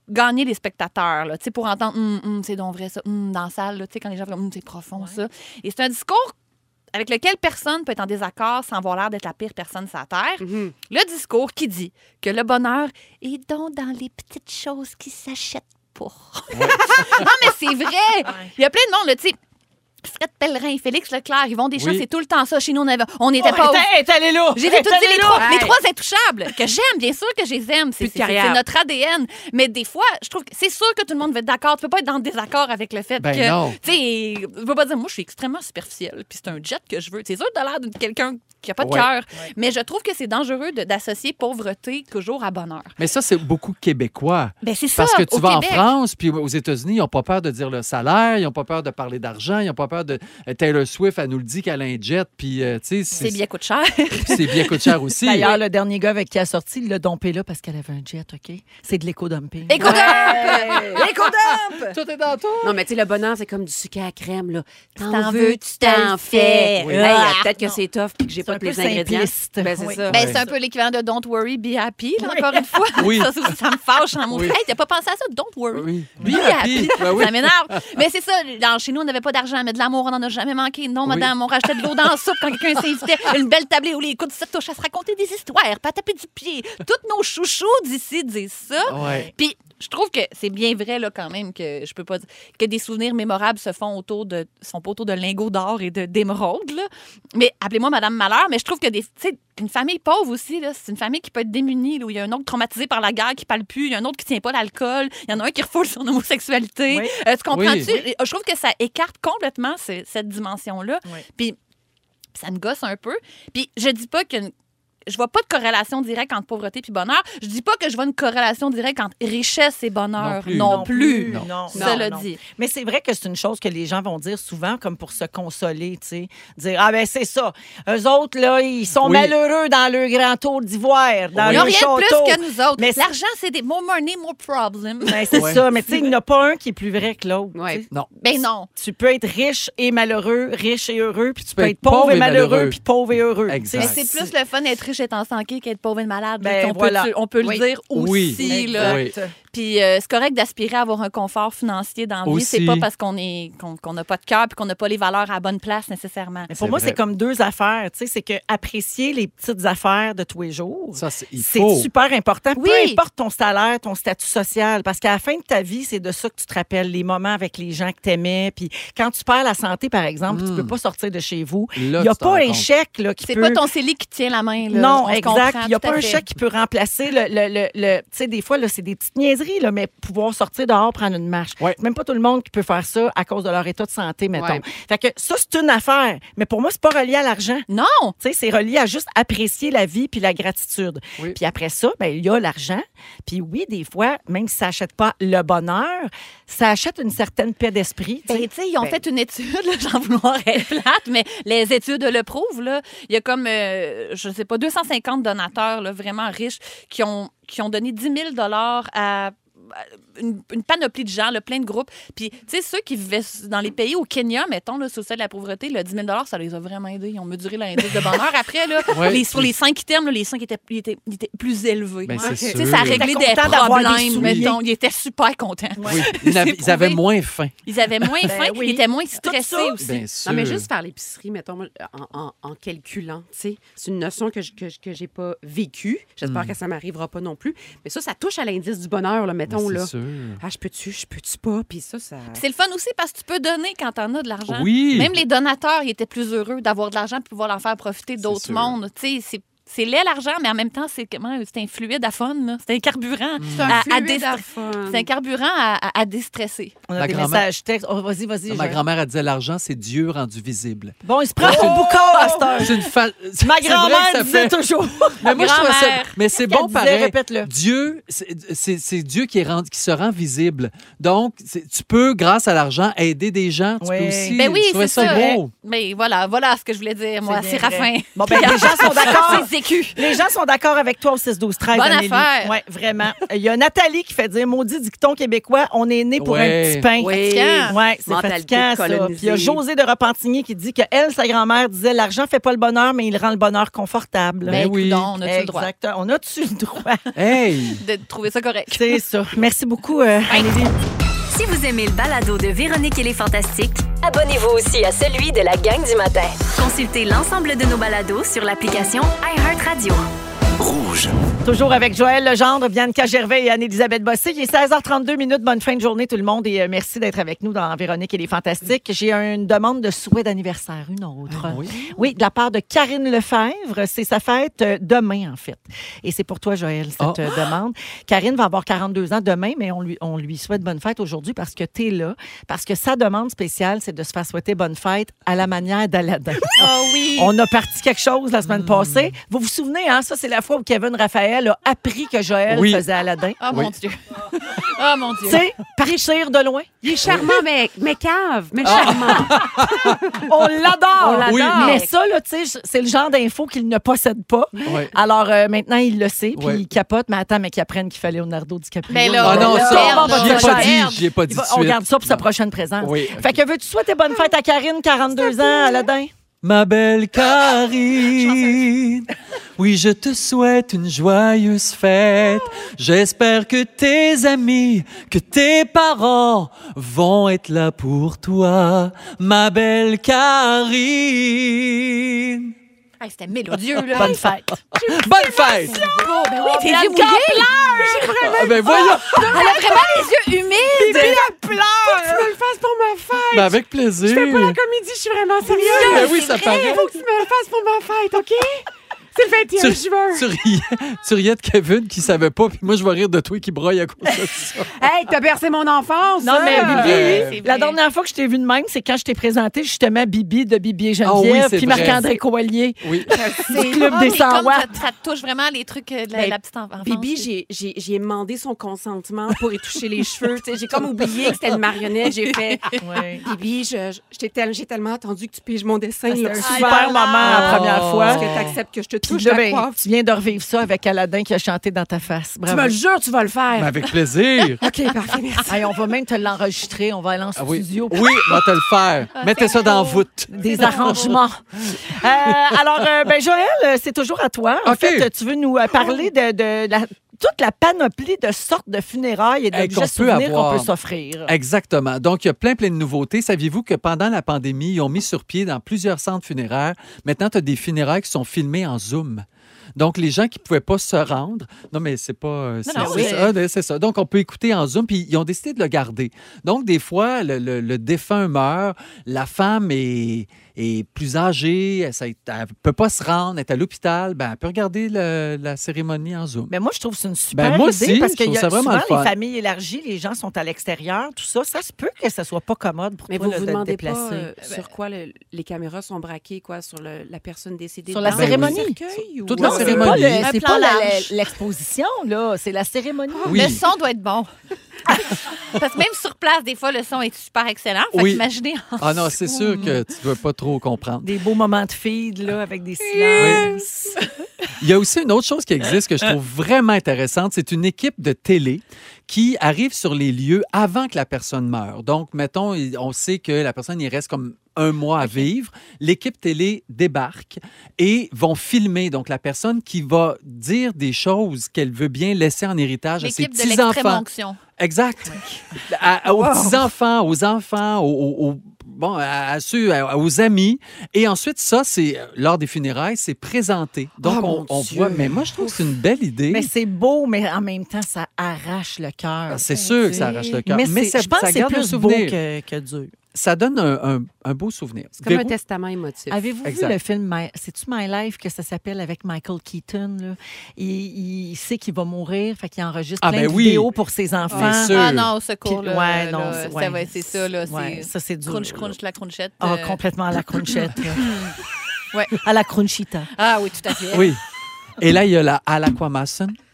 gagner les spectateurs, là, pour entendre hum, hum, c'est donc vrai ça, hum, dans la salle, là, quand les gens font hum, c'est profond ouais. ça. Et c'est un discours avec lequel personne peut être en désaccord sans avoir l'air d'être la pire personne sur la Terre. Mm-hmm. Le discours qui dit que le bonheur est donc dans les petites choses qui s'achètent pas. Ouais. Non, mais c'est vrai! Ouais. Il y a plein de monde, tu sais. Fred Pellerin, Félix Leclerc, Yvon Deschamps, oui. c'est tout le temps ça. Chez nous, on avait, on n'était oh, pas... Elle est allée là! J'ai tout dit les trois, les trois intouchables, que j'aime, bien sûr que je les aime. C'est, c'est, c'est notre A D N. Mais des fois, je trouve que c'est sûr que tout le monde va être d'accord. Tu peux pas être dans le désaccord avec le fait ben que... non. Tu sais, je peux pas dire, moi, je suis extrêmement superficielle, puis c'est un jet que je veux. C'est sûr que t'as l'air de quelqu'un qui n'a pas de ouais. cœur. Ouais. Mais je trouve que c'est dangereux de, d'associer pauvreté toujours à bonheur. Mais ça, c'est beaucoup québécois. Ben c'est ça, parce que tu vas Québec. En France, puis aux États-Unis, ils n'ont pas peur de dire le salaire, ils n'ont pas peur de parler d'argent, ils n'ont pas peur de... Taylor Swift, elle nous le dit qu'elle a un jet, puis euh, tu sais... C'est bien coûte cher. C'est bien coûte cher aussi. D'ailleurs, ouais. le dernier gars avec qui elle a sorti, il l'a dompé là parce qu'elle avait un jet, OK? C'est de l'éco-dumping. Éco-dump! Ouais. Éco-dump! Tout est dans tout! Non, mais tu sais, le bonheur, c'est comme du sucre à crème, là. T'en, t'en veux, tu t'en fais. Oui. Hey, ah, peut-être non. que c'est tough puis que j'ai c'est pas tous les ingrédients. Ben, c'est oui. ça. Ben, c'est un peu l'équivalent de Don't Worry, Be Happy, là, oui. encore une fois. Oui. Ça, ça, ça me fâche en mot. Oui. Hey, t'as pas pensé à ça? Don't Worry. Oui. Be, Be Happy. happy. Ben, oui. Ça m'énerve. Mais c'est ça, dans, chez nous, on n'avait pas d'argent, mais de l'amour, on n'en a jamais manqué. Non, madame, oui. on rachetait de l'eau dans la soupe quand quelqu'un s'invitait. Une belle tablée où les coups de cette touche à se raconter des histoires, pas taper du pied. Toutes nos chouchous d'ici disent ça. Ouais. Puis je trouve que c'est bien vrai là quand même que je peux pas dire que des souvenirs mémorables se font autour de sont pas autour de lingots d'or et de d'émeraude là. Mais appelez-moi Madame Malheur, mais je trouve que des tu sais une famille pauvre aussi là, c'est une famille qui peut être démunie là, où il y a un autre traumatisé par la guerre qui parle plus, il y a un autre qui tient pas l'alcool, il y en a un qui refoule son homosexualité. Oui. Euh, tu comprends-tu? Oui. Je trouve que ça écarte complètement ce, cette dimension là. Oui. Puis ça me gosse un peu. Puis je dis pas que je vois pas de corrélation directe entre pauvreté et bonheur. Je dis pas que je vois une corrélation directe entre richesse et bonheur. Non plus. Non, non plus. Non. Non. Ça non, le non. dit. Mais c'est vrai que c'est une chose que les gens vont dire souvent comme pour se consoler, tu sais. Dire, ah ben c'est ça. Eux autres, là, ils sont oui. malheureux dans leur grand tour d'ivoire, dans oui. leur château. Ils n'ont rien de plus que nous autres. Mais l'argent, c'est des more money, more problem. Ben, c'est ouais. ça. Mais tu sais, il n'y en a pas un qui est plus vrai que l'autre. Ouais. Non. Ben non. Tu peux être riche et malheureux, riche et heureux, puis tu, tu peux être pauvre et malheureux, puis pauvre et heureux. Exact. Mais c'est plus le fun d'être riche et en santé qu'être pauvre et malade. Ben, on, voilà. peut, on peut oui. le dire aussi. Oui. Là. Oui. Puis euh, c'est correct d'aspirer à avoir un confort financier dans la vie. C'est pas parce qu'on est qu'on, qu'on n'a pas de cœur puis qu'on n'a pas les valeurs à la bonne place nécessairement. Mais pour c'est moi, vrai. c'est comme deux affaires. Tu sais, c'est que apprécier les petites affaires de tous les jours, ça, c'est, il c'est faut. super important. Oui. Peu importe ton salaire, ton statut social, parce qu'à la fin de ta vie, c'est de ça que tu te rappelles, les moments avec les gens que tu aimais. Puis quand tu perds la santé, par exemple, mmh. tu peux pas sortir de chez vous. Il n'y a pas un chèque là, qui c'est peut... C'est pas ton C E L I qui tient la main. Là. Non, on exact. Il n'y a pas un fait. chèque qui peut remplacer le... le, le, le tu sais, des fois, là, c'est des petites niaiseries, là, mais pouvoir sortir dehors, prendre une marche. Ouais. C'est même pas tout le monde qui peut faire ça à cause de leur état de santé, mettons. Ouais. Fait que ça, c'est une affaire. Mais pour moi, c'est pas relié à l'argent. Non! Tu sais, c'est relié à juste apprécier la vie puis la gratitude. Oui. Puis après ça, ben il y a l'argent. Puis oui, des fois, même si ça achète pas le bonheur, ça achète une certaine paix d'esprit. Ben, tu sais, ils ont ben... fait une étude, là, j'en vouloir être plate, mais les études le prouvent, là. Il y a comme, euh, je sais pas, deux cent cinquante donateurs, là, vraiment riches, qui ont, qui ont donné dix mille dollars à Une, une panoplie de gens, là, plein de groupes. Puis, tu sais, ceux qui vivaient dans les pays au Kenya, mettons, là, sous le seuil de la pauvreté, le dix mille dollars, ça les a vraiment aidés. Ils ont mesuré l'indice de bonheur. Après, là, ouais, les, sur les cinq items, là, les cinq étaient, ils étaient, ils étaient plus élevés. Ben, ouais. c'est okay. Ça a réglé des problèmes, des mettons. Ils étaient super contents. Ouais. Oui. Ils, avaient, ils avaient moins faim. Ils avaient moins ben, faim. Oui. Ils étaient moins stressés aussi. Bien sûr. Non, mais juste faire l'épicerie, mettons, en, en, en calculant, tu sais, c'est une notion que je que, que j'ai pas vécue. J'espère mm. que ça m'arrivera pas non plus. Mais ça, ça touche à l'indice du bonheur, là, mettons, là. Sûr. Ah, je peux-tu, je peux-tu pas? Puis ça, ça... Puis c'est le fun aussi parce que tu peux donner quand t'en as de l'argent. Oui. Même les donateurs, ils étaient plus heureux d'avoir de l'argent et pouvoir en faire profiter d'autres mondes. Tu sais, c'est... C'est laid, l'argent, mais en même temps, c'est, comment, c'est un fluide à fun. Là. C'est un carburant. C'est un à, fluide à, déstre- à fun. C'est un carburant à, à, à déstresser. On a ma des grand-mère... messages textes. Oh, vas-y, vas-y. Ma je... grand-mère, elle disait l'argent, c'est Dieu rendu visible. Bon, il se prend pour boucard à cette heure. C'est une fa... Ma grand-mère disait fait... toujours. Mais moi, je trouve ça... Mais c'est bon, disait, pareil. Répète-le. Dieu, c'est, c'est, c'est Dieu qui, est rend... qui se rend visible. Donc, c'est... tu peux, grâce à l'argent, aider des gens. Tu oui. peux aussi... Ben oui, c'est ça, ça beau. Mais voilà, voilà ce que je voulais dire, moi, c'est Séraphin. Bon, ben les gens sont d'accord. C'est convaincue. Les gens sont d'accord avec toi au six douze treize. Bonne Amélie. affaire. Oui, vraiment. Il y a Nathalie qui fait dire maudit dicton québécois, on est né pour Ouais. un petit pain. Oui. Fatigant. Ouais, c'est Mentalité fatigant, ça. colonisée. Puis il y a José de Repentigny qui dit que elle, sa grand-mère, disait l'argent fait pas le bonheur, mais il rend le bonheur confortable. Ben, oui. coudonc, on a-tu le droit Exact. On a-tu le droit? Hey! de trouver ça correct? C'est ça. Merci beaucoup, euh, Amélie. Si vous aimez le balado de Véronique et les Fantastiques, abonnez-vous aussi à celui de la gang du matin. Consultez l'ensemble de nos balados sur l'application iHeartRadio. Rouge. Toujours avec Joël Legendre, Bianca Gervais et Anne-Élisabeth Bossé. Il est seize heures trente-deux minutes. Bonne fin de journée, tout le monde. Et euh, merci d'être avec nous dans Véronique et les Fantastiques. J'ai une demande de souhait d'anniversaire, une autre. Ah oui? Oui, de la part de Karine Lefebvre. C'est sa fête euh, demain, en fait. Et c'est pour toi, Joël, cette Oh. euh, demande. Karine va avoir quarante-deux ans demain, mais on lui, on lui souhaite bonne fête aujourd'hui parce que tu es là. Parce que sa demande spéciale, c'est de se faire souhaiter bonne fête à la manière d'Aladin. Oh oui. On a parti quelque chose la semaine passée. Vous vous souvenez, hein? Ça, c'est la fois où Kevin Raphaël a appris que Joël Oui. faisait Aladin. Oh Oui. mon Dieu. Oh mon Dieu. Tu sais, partir de loin. Il est charmant, mais, mais cave, mais charmant. On l'adore. On l'adore. Oui. Mais ça, là, tu sais, c'est le genre d'info qu'il ne possède pas. Ouais. Alors, euh, maintenant, il le sait, puis Ouais. il capote. Mais attends, mais qu'il apprenne qu'il fallait Leonardo DiCaprio. Mais là, Ah non, là, ça, merde, on va j'y ai te pas le dit, faire. j'y ai pas dit Il de va- suite. on garde ça pour sa Non. prochaine présence. Oui. Fait que veux-tu souhaiter bonne fête à Karine, quarante-deux ans, Aladin? Ma belle Karine, oui, je te souhaite une joyeuse fête. J'espère que tes amis, que tes parents vont être là pour toi. Ma belle Karine. Hey, c'était mélodieux, là. Bonne fête. Bonne fête! Oh, ben oui, tes yeux mouillés. Ah, ben voyons! Elle a vraiment les yeux humides. Tu me le fasses pour ma fête. Ben avec plaisir. Je fais pas la comédie, je suis vraiment sérieuse. Ben oui, ça paraît. Il faut que tu me le fasses pour ma fête, OK? C'est le vingt et un Tu, juin. tu riais, tu riais de Kevin qui savait pas, puis moi je vais rire de toi qui broye à cause de ça. Hey, t'as bercé mon enfance. Non, mais ça. Bibi, Euh, c'est la vrai. dernière fois que je t'ai vu de même, c'est quand je t'ai présenté justement Bibi de Bibi et Ah oui, Geneviève, c'est puis vrai. Marc-André Coallier Oui. du Club Ah, des mais cent comme watts. ça, ça touche vraiment les trucs euh, de la, Ben, la petite enfance. Bibi, j'ai, j'ai, j'ai demandé son consentement pour y toucher les cheveux. Tu sais, j'ai comme oublié que c'était une marionnette. J'ai fait, Ouais. Bibi, je, je- j'ai, tel- j'ai tellement attendu que tu piges mon dessin. C'était là. un Ah, super là, moment là. la première Oh. fois. Est-ce que tu acceptes que je te Puis touche là, la ben, coiffe? tu viens de revivre ça avec Aladin qui a chanté dans ta face. Tu Bravo. me le jures, tu vas le faire. Ben, avec plaisir. OK, parfait, merci. Hey, on va même te l'enregistrer. On va aller en Ah oui, studio. oui, on va te le faire. Mettez ça dans la voûte. Des arrangements. Euh, alors, euh, ben, Joël, euh, c'est toujours à toi. En OK. fait, tu veux nous euh, parler de, de la, toute la panoplie de sortes de funérailles et Hey, d'objets qu'on peut souvenirs qu'on avoir. peut s'offrir. Exactement. Donc, il y a plein, plein de nouveautés. Saviez-vous que pendant la pandémie, ils ont mis sur pied dans plusieurs centres funéraires, maintenant, tu as des funérailles qui sont filmées en Zoom. Donc, les gens qui ne pouvaient pas se rendre, non, mais c'est pas. euh, C'est non, c'est oui. ça, euh, c'est ça. Donc, on peut écouter en Zoom, puis ils ont décidé de le garder. Donc, des fois, le, le- le défunt meurt, la femme est, est plus âgée, elle ne peut pas se rendre, elle est à l'hôpital, ben, elle peut regarder le- la cérémonie en Zoom. Mais moi, je trouve que c'est une super Ben, moi idée aussi, parce je que trouve y a ça vraiment souvent le fun. les familles élargies, les gens sont à l'extérieur, tout ça. Ça se peut que ça soit pas commode pour Mais toi vous là, vous de te demandez déplacer. pas euh, sur quoi le- les caméras sont braquées, quoi, sur le- la personne décédée. Sur la dans cérémonie. le cercueil, ou- Toute non, la c'est cérémonie. pas, le- Un c'est plan pas la- large. l'exposition, là. C'est la cérémonie. Oui. Le son doit être bon. Parce que même sur place, des fois, le son est super excellent. Fait Oui. qu'imaginez en Ah non, c'est sûr que tu ne dois pas trop comprendre. Des beaux moments de feed, là, avec des silences. Il y a aussi une autre chose qui existe que je trouve vraiment intéressante. C'est une équipe de télé qui arrive sur les lieux avant que la personne meure. Donc, mettons, on sait que la personne, il reste comme un mois à vivre. L'équipe télé débarque et vont filmer donc la personne qui va dire des choses qu'elle veut bien laisser en héritage à ses l'équipe de petits-enfants. l'extrême-onction. Exact. À- à- aux petits-enfants, aux enfants, aux, aux- aux- bon, à, à ceux, à- aux amis. Et ensuite, ça, c'est lors des funérailles, c'est présenté. Donc, Oh, on, mon on Dieu. voit. Mais moi, je trouve que c'est une belle idée. Mais c'est beau, mais en même temps, ça arrache le cœur. Ah, c'est sûr que ça arrache le cœur. Mais, Mais, c'est- ça, je pense ça que c'est garde un plus beau souvenir. que, que dur. Ça donne un, un- un beau souvenir. C'est comme un Véro? testament émotif. Avez-vous Exact. vu le film My... C'est-tu My Life que ça s'appelle avec Michael Keaton? Là? Il, il sait qu'il va mourir, fait qu'il enregistre Ah, plein ben de oui. vidéos pour ses enfants. Bien sûr. Ah non, au secours, Puis- là. ouais, là, non, ça c'est- ouais. va- c'est ça, là. Ouais, c'est ça, c'est dur. crunch, là. crunch, la crunchette. Ah, euh, complètement à la crunchette. là. Ouais. À la crunchita. Ah oui, tout à fait. Oui. Et là, il y a la Alaquamason.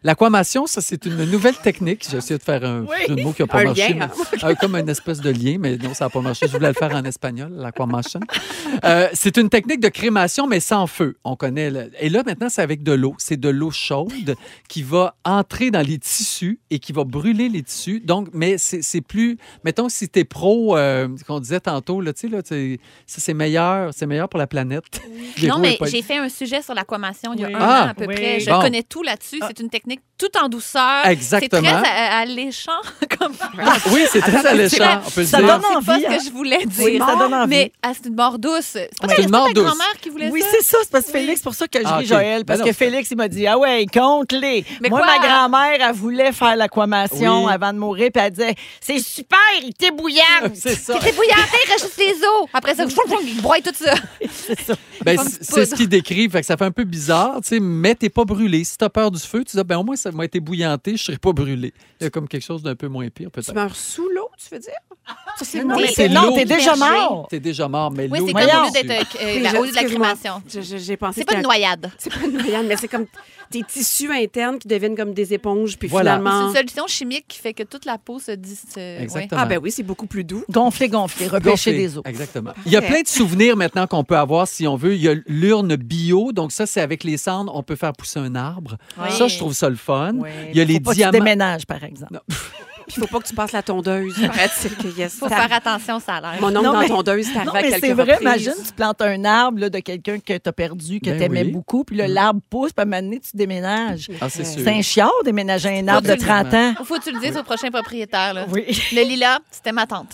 L'aquamation, ça, c'est une nouvelle technique. J'ai essayé de faire un Oui. jeu de mots qui n'a pas Un marché. lien, mais- euh, comme une espèce de lien, mais non, ça n'a pas marché. Je voulais le faire en espagnol, l'aquamation. Euh, c'est une technique de crémation, mais sans feu. On connaît. Le... Et là, maintenant, c'est avec de l'eau. C'est de l'eau chaude qui va entrer dans les tissus et qui va brûler les tissus. Donc, mais c'est, c'est plus... Mettons, si tu es pro, euh, qu'on disait tantôt, là, tu sais, là, t'sais, ça, c'est meilleur, c'est meilleur pour la planète. Véro Non, mais est pas- j'ai fait un sujet sur l'aquamation il y a Oui. un Ah, an à peu oui. près. Je Bon. connais tout là-dessus. C'est une technique tout en douceur. Exactement. C'est très a- alléchant comme Oui, c'est très alléchant, on peut le Ça dire. donne C'est pas envie, ce hein? que je voulais dire. Oui, ça donne envie. Mais ah, c'est une mort douce. C'est pas, C'est c'est une pas mort ta douce. grand-mère qui voulait Oui, ça? c'est ça. C'est parce que Félix, c'est pour ça que je Ah, ris, ok. Joël. Parce Ben que non, Félix, il m'a dit, ah ouais, compte-les. Mais Moi, quoi? ma grand-mère, elle voulait faire l'aquamation Oui. avant de mourir, puis elle disait, c'est super, il était bouillant. C'est ça. C'est bouillanté, rajoute les os. Après ça, il broie tout ça. C'est ça. Ben, Comme c'est petite c'est ce poudre. qu'il décrit. Fait que ça fait un peu bizarre, tu sais, mais t'es pas brûlé. Si t'as peur du feu, tu dis, ben, au moins, ça m'a été bouillanté, je serais pas brûlé. Il y a comme quelque chose d'un peu moins pire, Tu peut-être. meurs sous l'eau, tu veux dire? Ça, c'est Non, Oui, mais c'est c'est- l'eau non, t'es déjà immergée. mort. T'es déjà mort, mais Oui, l'eau... c'est comme Voyons. au lieu d'être euh, euh, Oui, la, je- au lieu de la excuse-moi. crémation. Je- je- J'ai pensé C'est que pas une c'était un- noyade. C'est pas une noyade, mais c'est comme tes tissus internes qui deviennent comme des éponges, puis Voilà. C'est finalement... une solution chimique qui fait que toute la peau se dit. se- Exactement. Ah ben oui, c'est beaucoup plus doux. Gonfler, gonfler, repêcher Gonflé. des os. Exactement. Il y a plein de souvenirs maintenant qu'on peut avoir si on veut. Il y a l'urne bio. Donc, ça, c'est avec les cendres, on peut faire pousser un arbre. Oui. Ça, je trouve ça le fun. Oui. Il y a Faut les pas que tu diamants. déménages, par exemple. Non. Puis il faut pas que tu passes la tondeuse. Paraît-il que yes. Faut ça- faire attention, ça a l'air. Mon oncle Non, dans mais- la tondeuse, c'est Non, arrivé à mais quelques c'est vrai, reprises. imagine, tu plantes un arbre là, de quelqu'un que tu as perdu, que Ben tu aimais oui. beaucoup, puis là, l'arbre pousse, puis à un moment donné, tu déménages. Ah, c'est sûr. C'est un chiard déménager un arbre de Faut que tu- trente ans. Faut que tu le dises au prochain propriétaire. Là. Oui. Le lilas, c'était ma tante.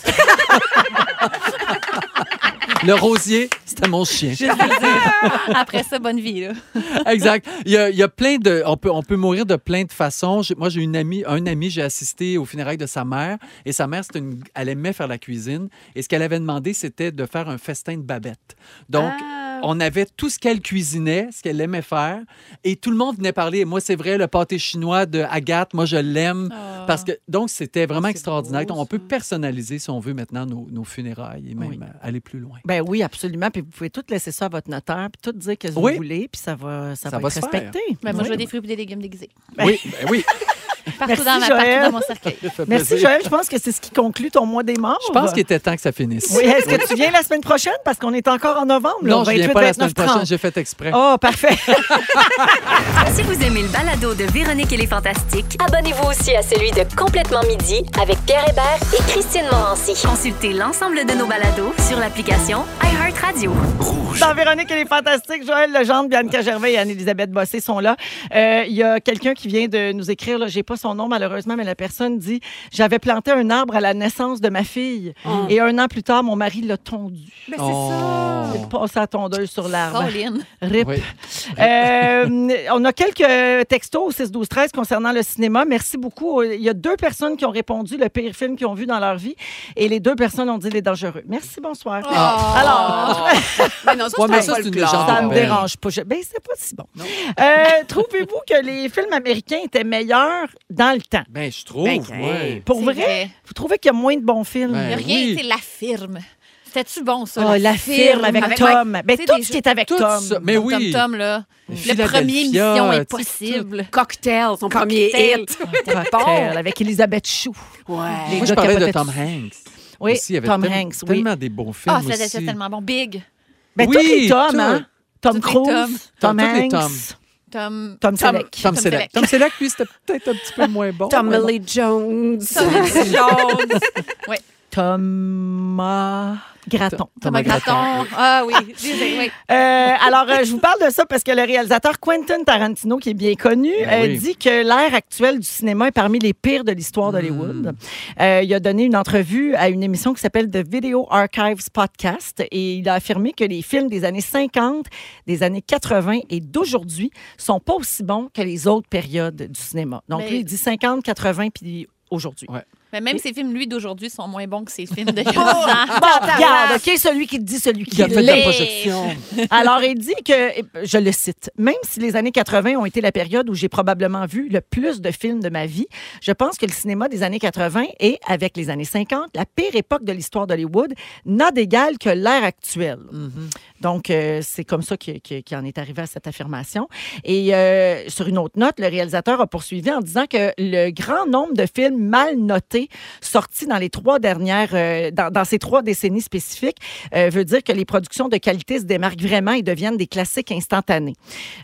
Le rosier, c'était mon chien. Après ça, bonne vie. Là. Exact. Il y, a, il y a plein de... On peut, on peut mourir de plein de façons. J'ai- moi, j'ai une amie, un ami, j'ai assisté aux funérailles de sa mère. Et sa mère, c'était une, elle aimait faire la cuisine. Et ce qu'elle avait demandé, c'était de faire un festin de babette. Donc, Ah. on avait tout ce qu'elle cuisinait, ce qu'elle aimait faire. Et tout le monde venait parler. Et moi, c'est vrai, le pâté chinois de Agathe, moi, je l'aime. Ah. Parce que, donc, c'était vraiment C'est extraordinaire. beau, Donc, on peut ça. personnaliser, si on veut, maintenant, nos, nos funérailles et même Oui. euh, aller plus loin. Ben oui, absolument. Puis vous pouvez tout laisser ça à votre notaire, puis tout dire que vous Oui. voulez, puis ça va, ça Ça va va être se faire. respecté. Ben, moi, Oui. je veux des fruits et des légumes déguisés. Oui, ben oui. Partout, Merci, dans, ma, Joël. partout dans mon cercueil. Ça fait Merci, plaisir. Joël. Je pense que c'est ce qui conclut ton mois des morts. Je pense qu'il était temps que ça finisse. Oui, est-ce que tu viens la semaine prochaine? Parce qu'on est encore en novembre. là, Non, je viens vingt-huit, pas la vingt-neuf, semaine prochaine, trente. j'ai fait exprès. Oh, parfait. Si vous aimez le balado de Véronique et les Fantastiques, abonnez-vous aussi à celui de Complètement Midi avec Pierre Hébert et Christine Morancy. Consultez l'ensemble de nos balados sur l'application iHeartRadio. Dans Véronique, elle est fantastique. Joël Legendre, Bianca Gervais et Anne-Élisabeth Bossé sont là. Euh, Il y a quelqu'un qui vient de nous écrire, là, j'ai pas son nom malheureusement, mais la personne dit « J'avais planté un arbre à la naissance de ma fille Oh. et un an plus tard, mon mari l'a tondu. Ben, c'est Oh. ça. Il passe la tondeuse sur l'arbre. Pauline. Rip. Oui. Euh, on a quelques textos au six douze treize concernant le cinéma. Merci beaucoup. Il y a deux personnes qui ont répondu le pire film qu'ils ont vu dans leur vie et les deux personnes ont dit Les Dangereux. Merci, bonsoir. Ah. Alors, Mais non, ça, Ouais, mais c'est ça, un c'est une folklore. légende ça me urbaine. dérange pas. Je- Ben, c'est pas si bon. Euh, trouvez-vous que les films américains étaient meilleurs dans le temps? Ben, je trouve. Ben, ouais. Pour C'est vrai? vrai. Vous trouvez qu'il y a moins de bons films? Ben, Il y a rien, oui. c'est la firme. C'était-tu bon, ça? Oh, la firme avec, Tom. Ben, Tu sais, tout des ce qui est avec Tout Tom. ça. Mais Tom, oui. Tom, Tom, là. Le Philadelphia, premier Mission tu sais, Impossible. Cocktail, son premier Cocktail. hit. Cocktail avec Elisabeth Chou. Ouais. Les Moi, je gars parlais de capotaient Tom dessus. Hanks. Oui, Aussi, il y avait Tom tel- Hanks, oui. tellement des bons films Ah, c'était aussi. tellement bon. Big. Ben, Oui, tous les Tom, tout. hein? Tom Tous les Cruise, Tom. Tom, Tous les Hanks, Tom. Tom. Tom Selleck. Tom Tom Selleck. Selleck. Tom Selleck, lui, c'était peut-être un petit peu moins bon. Tommy mais bon. Lee Jones. Tom Jones. Oui. Thomas Gratton. Thomas Gratton. Ah oui. Disais, oui. Euh, alors, euh, je vous parle de ça parce que le réalisateur Quentin Tarantino, qui est bien connu, Ben euh, oui. dit que l'ère actuelle du cinéma est parmi les pires de l'histoire d'Hollywood. Euh, il a donné une entrevue à une émission qui s'appelle The Video Archives Podcast et il a affirmé que les films des années cinquante, des années quatre-vingts et d'aujourd'hui sont pas aussi bons que les autres périodes du cinéma. Donc, Mais- lui, il dit cinquante, quatre-vingts puis aujourd'hui. Ouais. Mais même ses films, lui, d'aujourd'hui, sont moins bons que ses films de il y a dix ans. Bon, regarde, OK, celui qui te dit celui qui Qui a fait de la l'est. projection. Alors, il dit que, je le cite, même si les années quatre-vingt ont été la période où j'ai probablement vu le plus de films de ma vie, je pense que le cinéma des années quatre-vingt est, avec les années cinquante, la pire époque de l'histoire d'Hollywood, n'a d'égal que l'ère actuelle. Donc, euh, c'est comme ça qu'il qu'il- qu'il en est arrivé à cette affirmation. Et euh, sur une autre note, le réalisateur a poursuivi en disant que le grand nombre de films mal notés sortis dans les trois dernières, euh, dans, dans ces trois décennies spécifiques, euh, veut dire que les productions de qualité se démarquent vraiment et deviennent des classiques instantanés.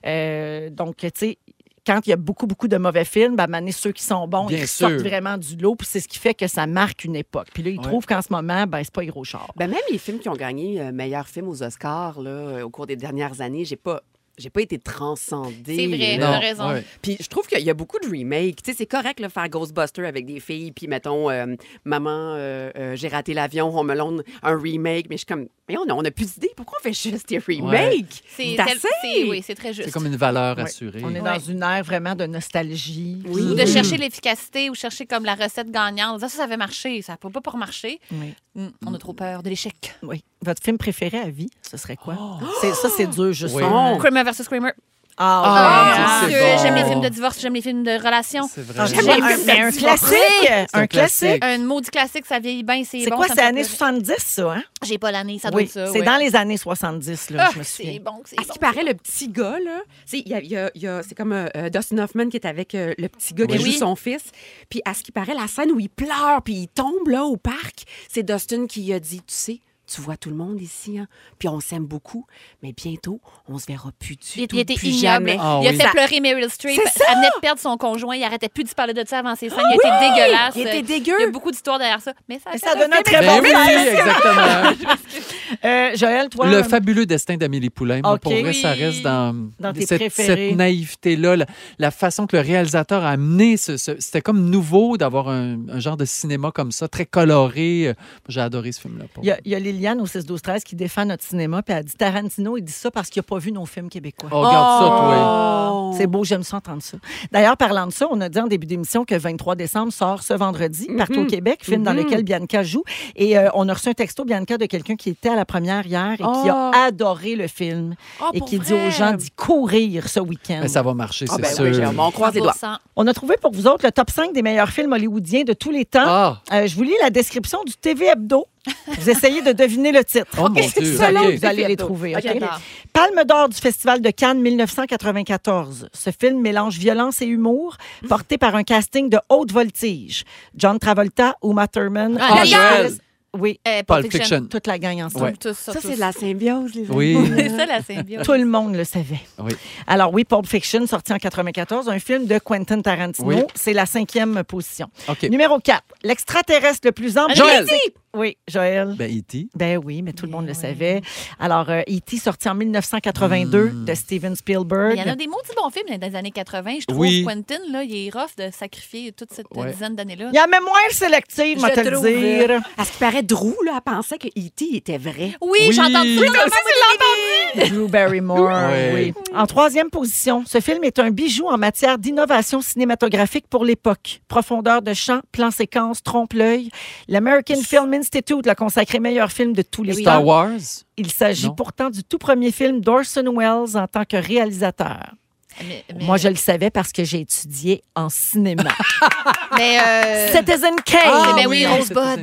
Euh, donc, tu sais, quand il y a beaucoup, beaucoup de mauvais films, ben, à un moment donné, ceux qui sont bons, Bien ils sûr. sortent vraiment du lot. Puis c'est ce qui fait que ça marque une époque. Puis là, ils Ouais. trouvent qu'en ce moment, ben, c'est pas Hiro Char. Ben, même les films qui ont gagné euh, meilleur film aux Oscars là, euh, au cours des dernières années, j'ai pas. J'ai pas été transcendée. C'est vrai, là. t'as Non, raison. ouais. Puis je trouve qu'il y a beaucoup de remakes. Tu sais, c'est correct de faire Ghostbusters avec des filles, puis mettons, euh, Maman, euh, euh, j'ai raté l'avion, Home Alone, un remake. Mais je suis comme, mais on a, on a plus d'idées. Pourquoi on fait juste des remakes? C'est C'est tel- assez. c'est- oui, c'est très juste. C'est comme une valeur Ouais. assurée. On est Ouais. dans une ère vraiment de nostalgie. Oui. Ou de chercher l'efficacité ou chercher comme la recette gagnante. Ça, ça avait marché. Ça ne peut pas pas remarcher. Oui. Hum, on a trop peur de l'échec. Oui. Votre film préféré à vie, ce serait quoi? C'est- Ça, c'est dur, juste Oui. ça. Kramer versus Kramer. Ah, Ah, ouais. c'est Dieu, bon. J'aime les films de divorce, j'aime les films de relations. C'est Ah, vrai. j'aime J'aime un, les films mais un de classique. un Un classique. Un maudit classique, ça vieillit bien, c'est C'est bon. quoi? ça me C'est fait années pleurer. soixante-dix, ça, hein? J'ai pas l'année, ça doit Oui, être ça. c'est ouais. dans les années soixante-dix, là, Ah, je me souviens. c'est bon, c'est À ce bon. qui paraît, le petit gars, là, tu sais, il y a- il y a- il y a- c'est comme euh, euh, Dustin Hoffman qui est avec euh, le petit gars qui Oui. joue Oui. son fils. Puis à ce qui paraît, la scène où il pleure puis il tombe là au parc, c'est Dustin qui a dit, tu sais, tu vois tout le monde ici, hein? Puis on s'aime beaucoup, mais bientôt, on se verra plus du Il, tout, il était plus ignoble. jamais. Ah il a oui. fait Ça- pleurer Meryl Streep. C'est ça! Elle venait de perdre son conjoint. Il arrêtait plus de se parler de ça avant ses scènes. Il était dégueulasse. Il était dégueu. Il y a beaucoup d'histoires derrière ça. Mais ça, a Mais fait ça donne un film très Ben bon oui, film. exactement. Euh, Joël, toi? Le fabuleux destin d'Amélie Poulain. Moi, OK. pour vrai, ça Oui. reste dans, Dans tes cette, préférés. cette naïveté-là. La, la façon que le réalisateur a amené, ce, ce- c'était comme nouveau d'avoir un, un genre de cinéma comme ça, très coloré. Euh, J'ai adoré ce film-là. pour Il y, a, vrai. il y a Liliane au six douze treize qui défend notre cinéma, puis elle dit Tarantino, il dit ça parce qu'il n'a pas vu nos films québécois. Oh, regarde ça, toi. Oh. C'est beau, j'aime ça entendre ça. D'ailleurs, parlant de ça, on a dit en début d'émission que vingt-trois décembre sort ce vendredi, partout au Québec, film dans lequel Bianca joue. Et euh, on a reçu un texto, Bianca, de quelqu'un qui était à la première hier et qui a adoré le film Oh, et pour qui dit vrai? aux gens d'y courir ce week-end. Mais ça va marcher, Ah c'est ben sûr. oui, j'ai- on croise les doigts. cent pour cent. On a trouvé pour vous autres le top cinq des meilleurs films hollywoodiens de tous les temps. Ah! Euh, je vous lis la description du T V Hebdo. Vous essayez de deviner le titre. Oh, mon Dieu. Vous allez, OK. vous allez les trouver. OK? J'adore. Palme d'or du Festival de Cannes mille neuf cent quatre-vingt-quatorze. Ce film mélange violence et humour, porté par un casting de haute voltige. John Travolta, Uma Thurman. Ah, Ah, les Joël. gars! Oui, Euh, Pulp Fiction. toute la gang ensemble. Ouais. Tous, ça, Ça, tous. c'est de la symbiose, les Oui. amis. C'est ça, la symbiose. Tout le monde le savait. Oui. Alors oui, Pulp Fiction, sorti en quatre-vingt-quatorze, un film de Quentin Tarantino. Oui. C'est la cinquième position. OK. Numéro quatre, l'extraterrestre le plus emblématique. Joël. Oui, Joël. Ben, E T Ben oui, mais tout le monde le savait. Alors, euh, E T sorti en mille neuf cent quatre-vingt-deux de Steven Spielberg. Il y en a des maudits bons films dans les années quatre-vingt. Je trouve Oui. Quentin, là, il est rough de sacrifier toute cette Ouais. dizaine d'années-là. Il y a la mémoire sélective, Je moi te le trouve. dire. À ce qui paraît, Drew, là, elle pensait que E T était vrai. Oui, Oui. j'ai entendu ça. Oui, Maman, moi, Drew Barrymore, Oui. oui. En troisième position, ce film est un bijou en matière d'innovation cinématographique pour l'époque. Profondeur de champ, plan séquence, trompe-l'œil. L'American Film Institute l'a consacré meilleur film de tous les temps. Star Wars. Il s'agit Non. pourtant du tout premier film d'Orson Welles en tant que réalisateur. Mais, mais- Moi, je le savais parce que j'ai étudié en cinéma. mais, euh, Citizen Kane. Ah, ben oui, oui, Rosebud.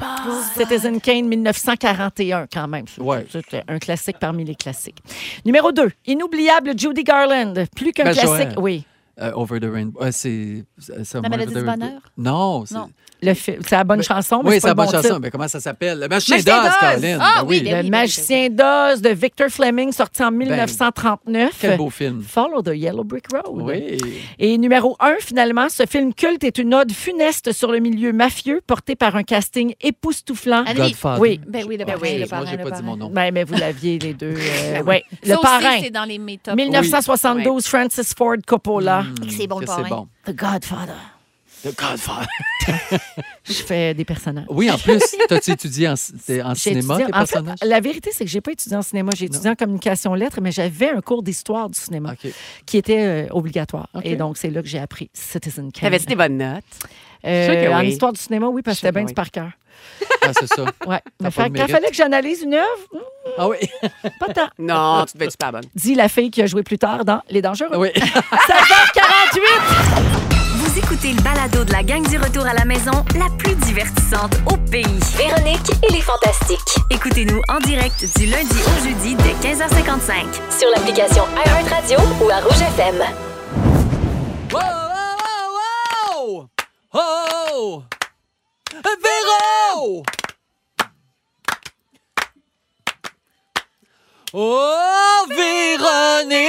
Citizen Kane, mille neuf cent quarante et un, quand même. C'est- Ouais. C'est un classique parmi les classiques. Numéro deux, Inoubliable Judy Garland. Plus qu'un Ben, classique. Joël. Oui. Euh, Over the Rainbow. Euh, c'est. c'est Over La Mélodie the du Rainbow. Bonheur? Non. c'est- Non. Le fi- c'est la bonne Ben, chanson, mais Oui, c'est c'est pas la le bon bonne chanson. titre. Mais comment ça s'appelle? Le Magicien Magicien d'Oz, d'Oz. Colin. Ah Ben oui, oui. ben Le Magicien d'Oz de Victor Fleming, sorti en mille neuf cent trente-neuf. Quel beau film. Follow the Yellow Brick Road. Oui. Et numéro un, finalement, ce film culte est une ode funeste sur le milieu mafieux, porté par un casting époustouflant. Anneli. Godfather. Oui. Ben oui, le Ben parrain, oui. le Moi, parrain, j'ai le pas dit parrain. mon nom. Ben, mais vous l'aviez les deux. euh, ouais. Le Ça aussi, parrain. c'est dans les méthodes. mille neuf cent soixante-douze, Francis Ford Coppola. C'est bon, le Que parrain. c'est bon. The Godfather. The Godfather. Je fais des personnages. Oui, en plus, t'as-tu étudié en, t'es en J'ai cinéma, étudié- tes en fait, personnages? la vérité, c'est que j'ai pas étudié en cinéma. J'ai étudié en communication lettres, mais j'avais un cours d'histoire du cinéma OK. qui était euh, obligatoire. OK. Et donc, c'est là que j'ai appris Citizen Kane. T'avais-tu des bonnes notes? Euh, Je sais que en oui. histoire du cinéma, oui, parce que Je sais c'était bien que du oui. par cœur. Ah, c'est ça. Ouais. Mais pas fait- de quand il mérite. fallait que j'analyse une œuvre, hmm, Ah oui. pas tant. Non, tu devais être super bonne. Dit la fille qui a joué plus tard dans Les Dangereux. Oui. seize heures quarante-huit! Vous écoutez le balado de la gang du retour à la maison, la plus divertissante au pays. Véronique et les Fantastiques. Écoutez-nous en direct du lundi au jeudi dès quinze heures cinquante-cinq sur l'application iHeartRadio ou à Rouge F M. Wow, wow, wow, wow! Oh! Véro! Oh, Véronique!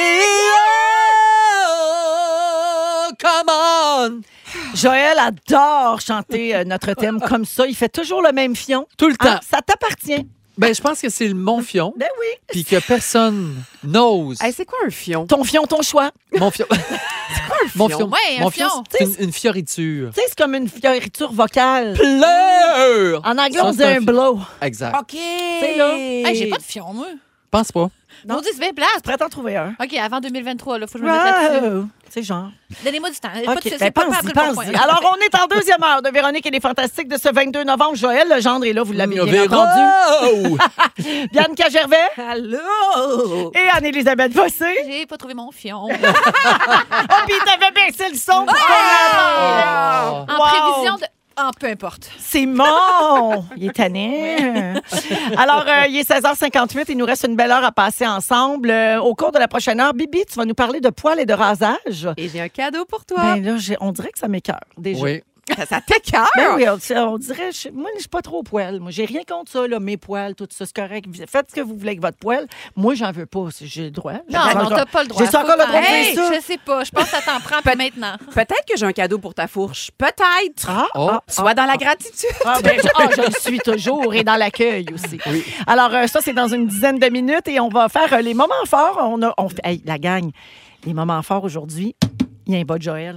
Oh, come on! Joël adore chanter euh, notre thème comme ça. Il fait toujours le même fion. Tout le temps. Ah, ça t'appartient. Ben, je pense que c'est le mon fion, Ben oui. puis que personne n'ose. Hey, c'est quoi un fion? Ton fion, ton choix. Mon fion. Mon fion. Ouais, un Mon fion. c'est une, une fioriture. Tu sais, c'est comme une fioriture vocale. Pleure! En anglais, Ça, on dit c'est un un fi- blow. Exact. OK. C'est là. Hey, j'ai pas de fion, moi. Pense pas. Non, dis, c'est place. Prêt à en trouver un. OK, avant deux mille vingt-trois, il faut que je me mette là-dessus. Wow. C'est genre. Donnez-moi du temps. Pas OK, de- ben, c'est pas pense-y, après le bon pense-y. point. Alors, on est en deuxième heure de Véronique et les Fantastiques de ce vingt-deux novembre. Joël Legendre est là, vous l'avez bien Véro! entendu. Bianca Gervais Allô? et Anne-Élisabeth Fossé. J'ai pas trouvé mon fion. Oh, puis t'avais baissé le son. pour qu'on l'entende. En Wow. prévision de... Ah, peu importe. C'est mon! Il est tanné. Alors, euh, il est seize heures cinquante-huit. Il nous reste une belle heure à passer ensemble. Euh, au cours de la prochaine heure, Bibi, tu vas nous parler de poils et de rasage. Et j'ai un cadeau pour toi. Ben là, j'ai- on dirait que ça m'écoeure déjà. Oui. ça ça t'écoeure. Ben oui, on, on dirait, je- moi, je suis pas trop au poil. Moi, j'ai rien contre ça, là, mes poils, tout ça, c'est correct. Faites ce que vous voulez avec votre poil. Moi, j'en veux pas. c'est- J'ai le droit. J'ai Non, non, encore- t'as pas le droit. J'ai encore le droit de Hey, dire ça. je sais pas. Je pense que ça t'en prend pas maintenant. Peut-être que j'ai un cadeau pour ta fourche. Peut-être. Ah, Oh. ah, Sois dans la gratitude. Ah, ben, je, ah, je le suis toujours et dans l'accueil aussi. Alors, euh, ça, c'est dans une dizaine de minutes et on va faire euh, les moments forts. On a, on fait, hey, la gang, les moments forts aujourd'hui, il y a un bas de Joël.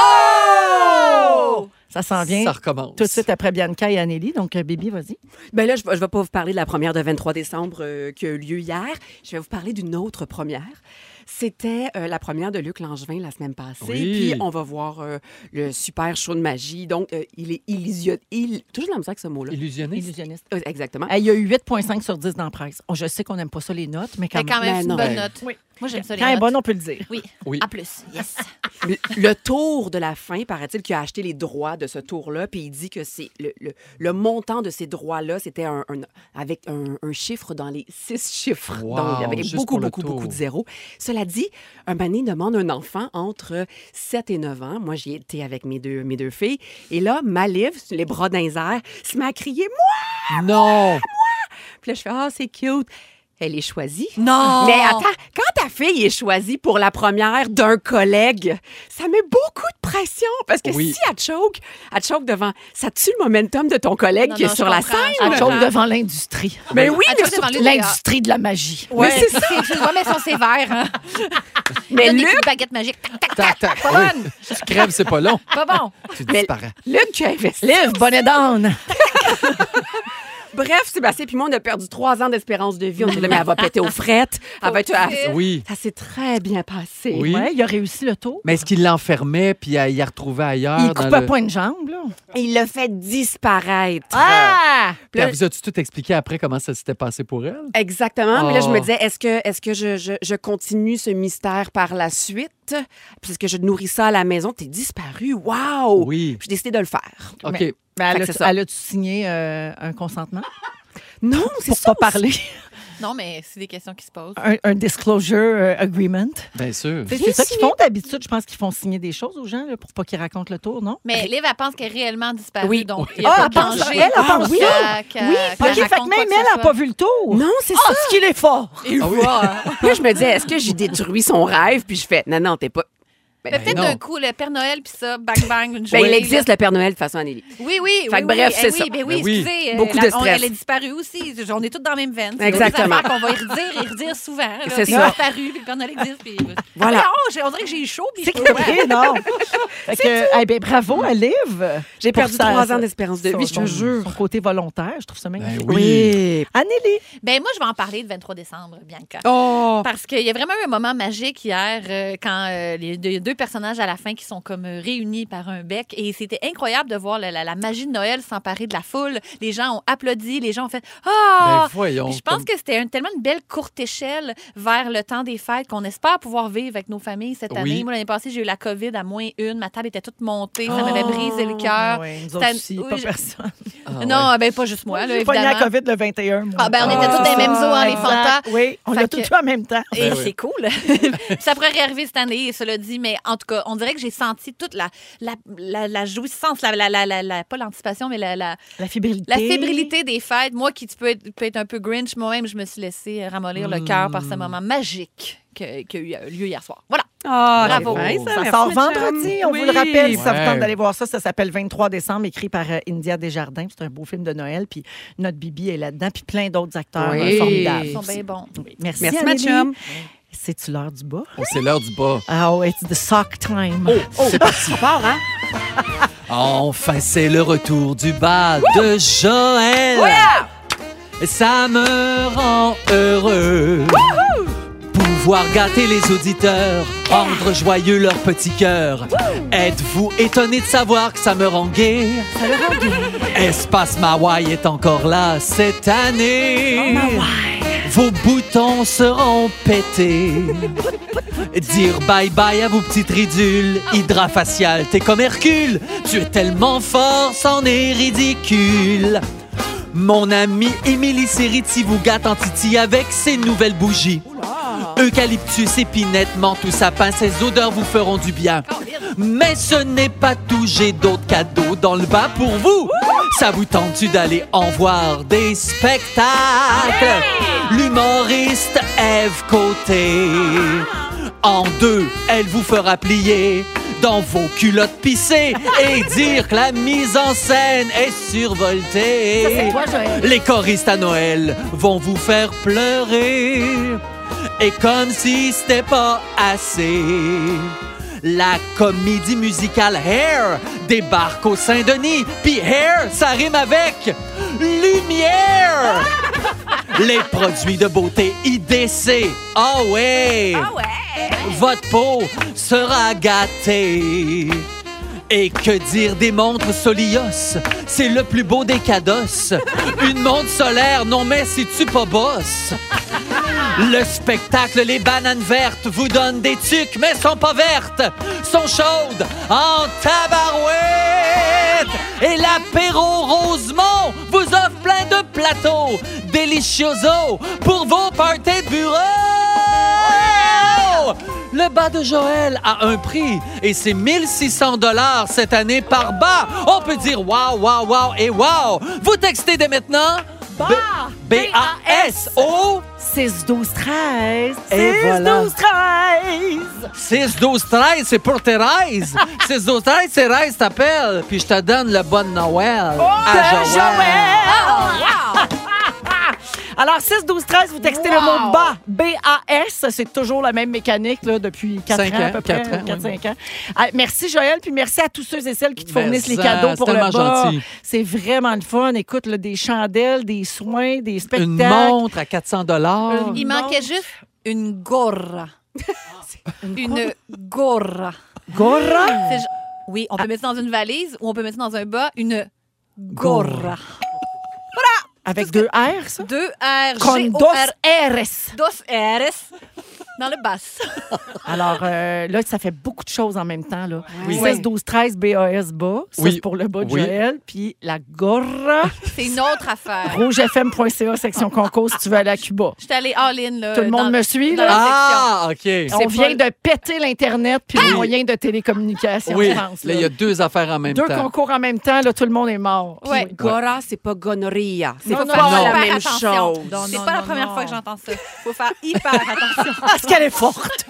Oh! Ça s'en vient Ça recommence. tout de suite après Bianca et Anneli. Donc, euh, Bibi, vas-y. Ben là, je ne vais pas vous parler de la première de vingt-trois décembre euh, qui a eu lieu hier. Je vais vous parler d'une autre première. C'était euh, la première de Luc Langevin la semaine passée. Oui. Puis on va voir euh, le super show de magie. Donc, euh, il est illusion... Il... Toujours la misère avec ce mot-là. Illusionniste. Illusionniste. Euh, exactement. Hey, il y a eu huit virgule cinq sur dix dans la presse. Oh, je sais qu'on n'aime pas ça, les notes, mais quand, Mais quand même, Ben c'est une non. bonne Ben, note. oui. Moi, j'aime ça, les quand elle est notes. bonne, on peut le dire. Oui. Oui. À plus. Yes. Le, le tour de la fin, paraît-il qu'il a acheté les droits de ce tour-là, puis il dit que c'est le, le, le montant de ces droits-là, c'était un, un- avec un, un chiffre dans les six chiffres. Wow, Donc, il y avait juste beaucoup, pour le beaucoup, tour. beaucoup de zéros. Cela dit, un mané demande un enfant entre sept et neuf ans. Moi, j'y étais avec mes deux, mes deux filles. Et là, Maliv, les bras dans les airs, se met à crier « Moi! Non! » Puis là, je fais « Ah, c'est cute! » Elle est choisie. Non! Mais attends, quand ta fille est choisie pour la première d'un collègue, ça met beaucoup de pression. Parce que Oui. si elle te choque, elle te choque devant. Ça tue le momentum de ton collègue Non, qui non, est je sur la comprends, scène. je Elle comprends. choque devant l'industrie. Mais oui, Elle mais, choque devant surtout- l'U T A. L'industrie de la magie. Ouais, c'est ça. C'est- Je vois, mais ils sont sévères. Hein. Mais Donne des Luc, petites baguettes magiques. Tac, tac, Tac, tac. Oui. Tu crèves, c'est pas long. Pas bon. Tu Mais- disparais. Luc qui a investi. Live, bonnet down. Bref, Sébastien puis moi, on a perdu trois ans d'espérance de vie. On dit là, mais elle va péter aux frettes. Elle va être... Pauvre Oui. Ça s'est très bien passé. Oui. Ouais, il a réussi le tour. Mais est-ce qu'il l'enfermait puis il a retrouvé ailleurs? Il dans coupait le... pas une jambe, là. Et il l'a fait disparaître. Ah! Puis elle vous a-tu tout expliqué après comment ça s'était passé pour elle? Exactement. Mais là, je me Oh. disais, est-ce que, est-ce que je, je, je continue ce mystère par la suite? Puisque je nourris ça à la maison. T'es disparu. Wow! Oui. J'ai décidé de le faire. OK. Mais, mais Fait elle que a- c'est ça. elle a-tu signé euh, un consentement? Non, c'est Pour ça. pas parler. Non, mais c'est des questions qui se posent. Un, un disclosure euh, agreement. Bien sûr. C'est Bien ça qu'ils signé. font d'habitude. Je pense qu'ils font signer des choses aux gens là, pour pas qu'ils racontent le tour, non? Mais Liv, elle pense qu'elle est réellement disparue. Oui. Donc, Oui. il y a Ah, pas elle de pense- danger elle, elle pense qu'elle- ça. qu'elle- Oui, qu'elle OK, fait que raconte quoi même que elle ce n'a soit. pas vu le tour. Non, c'est Ah, ça. ce qu'il est fort! Ah oui. Puis là, je me disais, est-ce que j'ai détruit son rêve? Puis je fais, non, non, t'es pas... Mais Ben peut-être non. d'un coup, le Père Noël, puis ça, bang, bang, une Ben, journée. il là. existe le Père Noël de façon Anneli. Oui, oui. Fait oui, que bref, oui, c'est eh ça. Oui, ben oui, Ben oui. excusez. euh, Beaucoup la- de on- stress. Elle est disparue aussi. On est toutes dans la même veine. C'est Exactement. des affaires qu'on va y redire et redire souvent. là. C'est T'es ça. disparu, puis le Père Noël existe. Puis... Voilà. Ah, non, j'ai- on dirait que j'ai eu chaud. Puis C'est je- que ouais. vrai, non? Fait que, eh ben, bravo à Liv. J'ai Pour perdu sa- trois sa- ans d'espérance de son- vie, je te son- jure. Son côté volontaire, je trouve ça magnifique. Ben oui. Anneli. Ben moi, je vais en parler le vingt-trois décembre, Bianca. Oh! Parce qu'il y a vraiment eu un moment magique hier euh, quand euh, les deux, deux personnages à la fin qui sont comme euh, réunis par un bec. Et c'était incroyable de voir la, la- la magie de Noël s'emparer de la foule. Les gens ont applaudi, les gens ont fait « Ah! Ben voyons. Puis je pense comme- que c'était un- tellement une belle courte échelle vers le temps des fêtes qu'on espère pouvoir vivre avec nos familles cette Oui. année. Moi, l'année passée, j'ai eu la COVID à moins une. Ma table était toute montée. Ça m'avait brisé le cœur. Ah ouais, nous autres C'était- aussi, oui, pas je- personne. Ah, non, ouais. ben pas juste moi, là, J'ai pogné la évidemment. COVID le vingt et un, moi. Ah, ben, on était tous dans les mêmes eaux, hein, les exact. fantas. Oui, on Fait l'a que- tout eu en même temps. Et Ben oui. c'est cool. Ça pourrait réarriver cette année, cela dit, mais en tout cas, on dirait que j'ai senti toute la, la, la, la jouissance, la, la, la, la, la- pas l'anticipation, mais la, la, La fébrilité. la fébrilité des fêtes. Moi qui tu peux être, peux être un peu Grinch, moi-même, je me suis laissée ramollir le cœur par ce moment magique que- qui a eu lieu hier soir. Voilà. Ah, Bravo. c'est fin, Ça Merci, sort ma vendredi, chum. on Oui. vous le rappelle. Si ça vous Ouais. tente d'aller voir ça, ça s'appelle vingt-trois décembre, écrit par euh, India Desjardins. C'est un beau film de Noël. Puis notre Bibi est là-dedans. Puis plein d'autres acteurs Oui. euh, formidables. Ils sont aussi. bien bons. Oui. Merci, Merci, ma Anneli. chum. C'est-tu l'heure du bas? Oh, c'est l'heure du bas. Ah ouais, it's the sock time. C'est parti. Fort, hein? Enfin, c'est le retour du bas de Joël. Et ça me rend heureux. Pouvoir gâter les auditeurs, rendre joyeux leur petit cœur. Êtes-vous étonné de savoir que ça me rend gai? Ça le rend gai. Espace Mawai est encore là cette année. Vos boutons seront pétés. Dire bye-bye à vos petites ridules. Hydrafacial, t'es comme Hercule. Tu es tellement fort, c'en est ridicule. Mon ami Émilie Seriti vous gâte en titi avec ses nouvelles bougies. Eucalyptus, épinette, menthe ou sapin, ces odeurs vous feront du bien. Mais ce n'est pas tout, j'ai d'autres cadeaux dans le bas pour vous. Ça vous tente-tu d'aller en voir des spectacles? L'humoriste Ève Côté, en deux, elle vous fera plier dans vos culottes pissées et dire que la mise en scène est survoltée. Ça, c'est toi, Joël. Les choristes à Noël vont vous faire pleurer. Et comme si c'était pas assez, la comédie musicale Hair débarque au Saint-Denis. Puis Hair, ça rime avec lumière. Les produits de beauté I D C. Ah ouais. Ah ouais! Votre peau sera gâtée. Et que dire des montres Solios? C'est le plus beau des cados. Une montre solaire, non mais c'est-tu pas boss? Le spectacle Les Bananes Vertes vous donne des tuques, mais sont pas vertes, sont chaudes en tabarouette. Et l'apéro Rosemont vous offre plein de plateaux Delicioso pour vos parties de bureau. Le bas de Joël a un prix et c'est mille six cents dollars cette année par bas. On peut dire wow, wow, wow et wow. Vous textez dès maintenant B A S O six douze treize. Et six voilà. douze treize. six douze treize, c'est pour Thérèse. six douze treize, Thérèse t'appelle, puis je te donne le bon Noël à de Joël. Alors, six douze treize, vous textez le mot bas, B A S. C'est toujours la même mécanique là, depuis quatre Cinq ans, à ans, peu près. quatre ans, quatre, oui. cinq ans. Ah, merci, Joël, puis merci à tous ceux et celles qui te Mais fournissent les ça, cadeaux c'est pour le bas. tellement gentil. C'est vraiment le fun. Écoute, là, des chandelles, des soins, des spectacles. Une montre à quatre cents dollars. Il manquait juste une gorra. Une gorra. Gorra? C'est ju- Oui, on peut mettre ça dans une valise ou on peut mettre ça dans un bas. Une gorra. Avec deux R, ça? Deux R, Con G O dos R, Rs. dos R's dans le bas. Alors, euh, là, ça fait beaucoup de choses en même temps. Là. Oui. six douze treize B A S bas. Ça, Oui. c'est pour le bas de Oui. Joël. Puis la gorra. C'est une autre affaire. rouge f m point c a, section concours, si tu veux aller à Cuba. Je suis allée all-in. Là, Tout le monde dans- me suit, dans là? la Ah, OK. On C'est vient pas- de péter l'Internet puis les moyens de télécommunication, Oui, je pense. là, là. il y a deux affaires en même Deux temps. concours en même temps, là, tout le monde est mort. Puis- Ouais. Gora, c'est pas gonorrhea. C'est Non, pas non, la non. même attention. chose. Non, C'est non, pas la non, première non. fois que j'entends ça. Faut faire hyper attention. parce qu'elle est forte.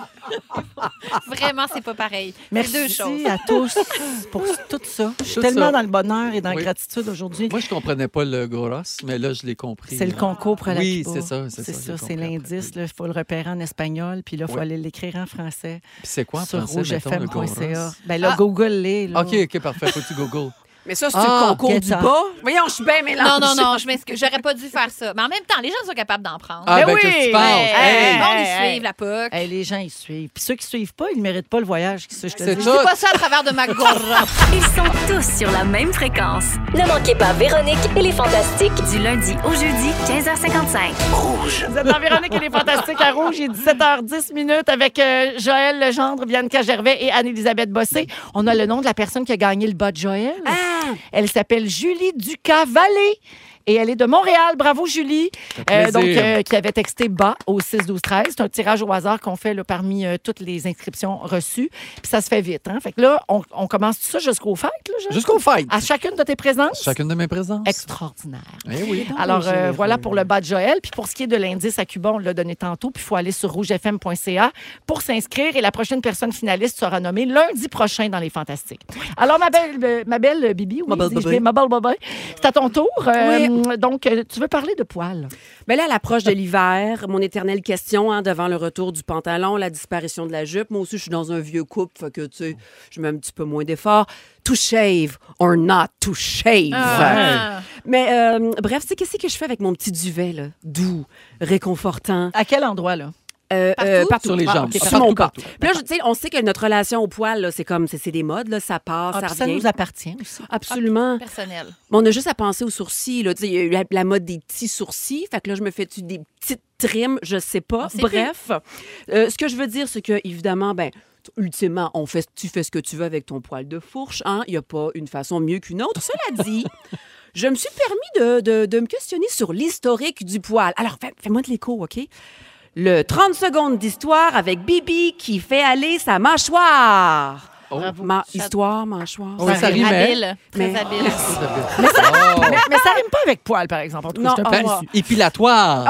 Vraiment, c'est pas pareil. C'est Merci deux choses. à tous pour tout ça. Je suis Tout tellement ça. dans le bonheur et dans la Oui. gratitude aujourd'hui. Moi, je comprenais pas le Goros, mais là, je l'ai compris. C'est le concours pour la Oui, Cuba. c'est ça, c'est C'est ça, ça, j'ai c'est compris l'indice. après. Il faut le repérer en espagnol, puis là, il faut Oui. aller l'écrire en français. Puis c'est quoi en sur français, mettons, le rougefm point c a. Goros? Ben là, Ah. Google-les. là. OK, OK, parfait. Faut que tu Google. Mais ça, c'est Ah, le concours get du ça. bas. Voyons, je suis bien mélangée. Non, non, non, je m'excuse. J'aurais pas dû faire ça. Mais en même temps, les gens sont capables d'en prendre. Ah, Ben ben, oui, qu'est-ce que tu ben, penses? hey, Hey! Le monde, ils hey, suivent la P O C. Hey, les gens, ils suivent. Puis ceux qui suivent pas, ils ne méritent pas le voyage. Ça, je te C'est dis. tout. C'est pas ça à travers de ma gorge. Ils sont tous sur la même fréquence. Ne manquez pas Véronique et les Fantastiques du lundi au jeudi, quinze heures cinquante-cinq. Vous êtes dans Véronique et les Fantastiques à Rouge. Il est dix-sept heures dix minutes avec euh, Joël Legendre, Bianca Gervais et Anne-Élisabeth Bossé. On a le nom de la personne qui a gagné le bas de Joël. Ah! Elle s'appelle Julie Ducas-Vallée. Et elle est de Montréal. Bravo, Julie. plaisir. donc, euh, qui avait texté bas au six douze treize. C'est un tirage au hasard qu'on fait là, parmi euh, toutes les inscriptions reçues. Puis ça se fait vite. Hein? Fait que là, on, on commence tout ça jusqu'au fêtes, là, Jean? Jusqu'au fêtes. À chacune de tes présences? Chacune de mes présences. Extraordinaire. Eh oui. Alors, euh, généreux. voilà pour le bas de Joël. Puis pour ce qui est de l'indice à Cuba, on l'a donné tantôt. Puis il faut aller sur rougefm point c a pour s'inscrire. Et la prochaine personne finaliste sera nommée lundi prochain dans les Fantastiques. Alors, ma belle, euh, ma belle Bibi, oui, Ma belle dis-je Bibi. bien, ma belle Bibi, c'est à ton tour. Euh, Donc, euh, tu veux parler de poils? Ben là, à l'approche de l'hiver, mon éternelle question, hein, devant le retour du pantalon, la disparition de la jupe. Moi aussi, je suis dans un vieux couple, fait que, tu sais, je mets un petit peu moins d'effort. To shave or not to shave. Ah. Mais euh, bref, tu sais, qu'est-ce que je fais avec mon petit duvet, là? Doux, réconfortant. À quel endroit, là? Euh, Partout? euh, partout. Sur les Ah, jambes. ok, Partout, sur mon corps. partout. Puis là, je- tu sais, on sait que notre relation au poil, là, c'est comme, c'est c'est des modes, là, ça passe, Ah, ça puis ça revient. nous appartient aussi. Absolument. Personnel. Mais on a juste à penser aux sourcils. Là. Tu sais, il y a eu la, la mode des petits sourcils. Fait que là, je me fais des petites trims, je sais pas. On sait Bref, euh, ce que je veux dire, c'est que évidemment, ben, t- ultimement, on fait, tu fais ce que tu veux avec ton poil de fourche. Hein? Il n'y a pas une façon mieux qu'une autre. Cela dit, je me suis permis de, de- de me questionner sur l'historique du poil. Alors, fais- fais-moi de l'écho, OK? Le trente secondes d'histoire avec Bibi qui fait aller sa mâchoire. Oh. Ma- histoire, mâchoire. Oui, ça rimait. Habile. Très Mais- habile. Mais Mais, mais ça rime pas avec poil, par exemple. En tout cas, Non, je te ah, passe. moi. Épilatoire.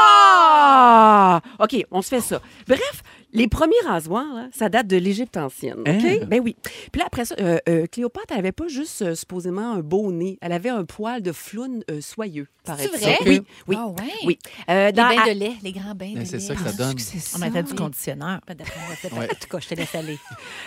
Ah! OK, on se fait ça. Bref, les premiers rasoirs, là, ça date de l'Égypte ancienne. OK? Hein? Ben oui. Puis là, après ça, euh, euh, Cléopâtre, elle avait pas juste euh, supposément un beau nez. Elle avait un poil de floune euh, soyeux, paraît-il. vrai? Oui, oui. Ah ouais? Oui. Euh, Les dans- bains à- de lait, les grands bains Mais de c'est lait. ça que ça donne. C'est ça. On mettait du conditionneur. Pas d'après moi, c'est pas- Ouais. En tout cas, je te laisse aller.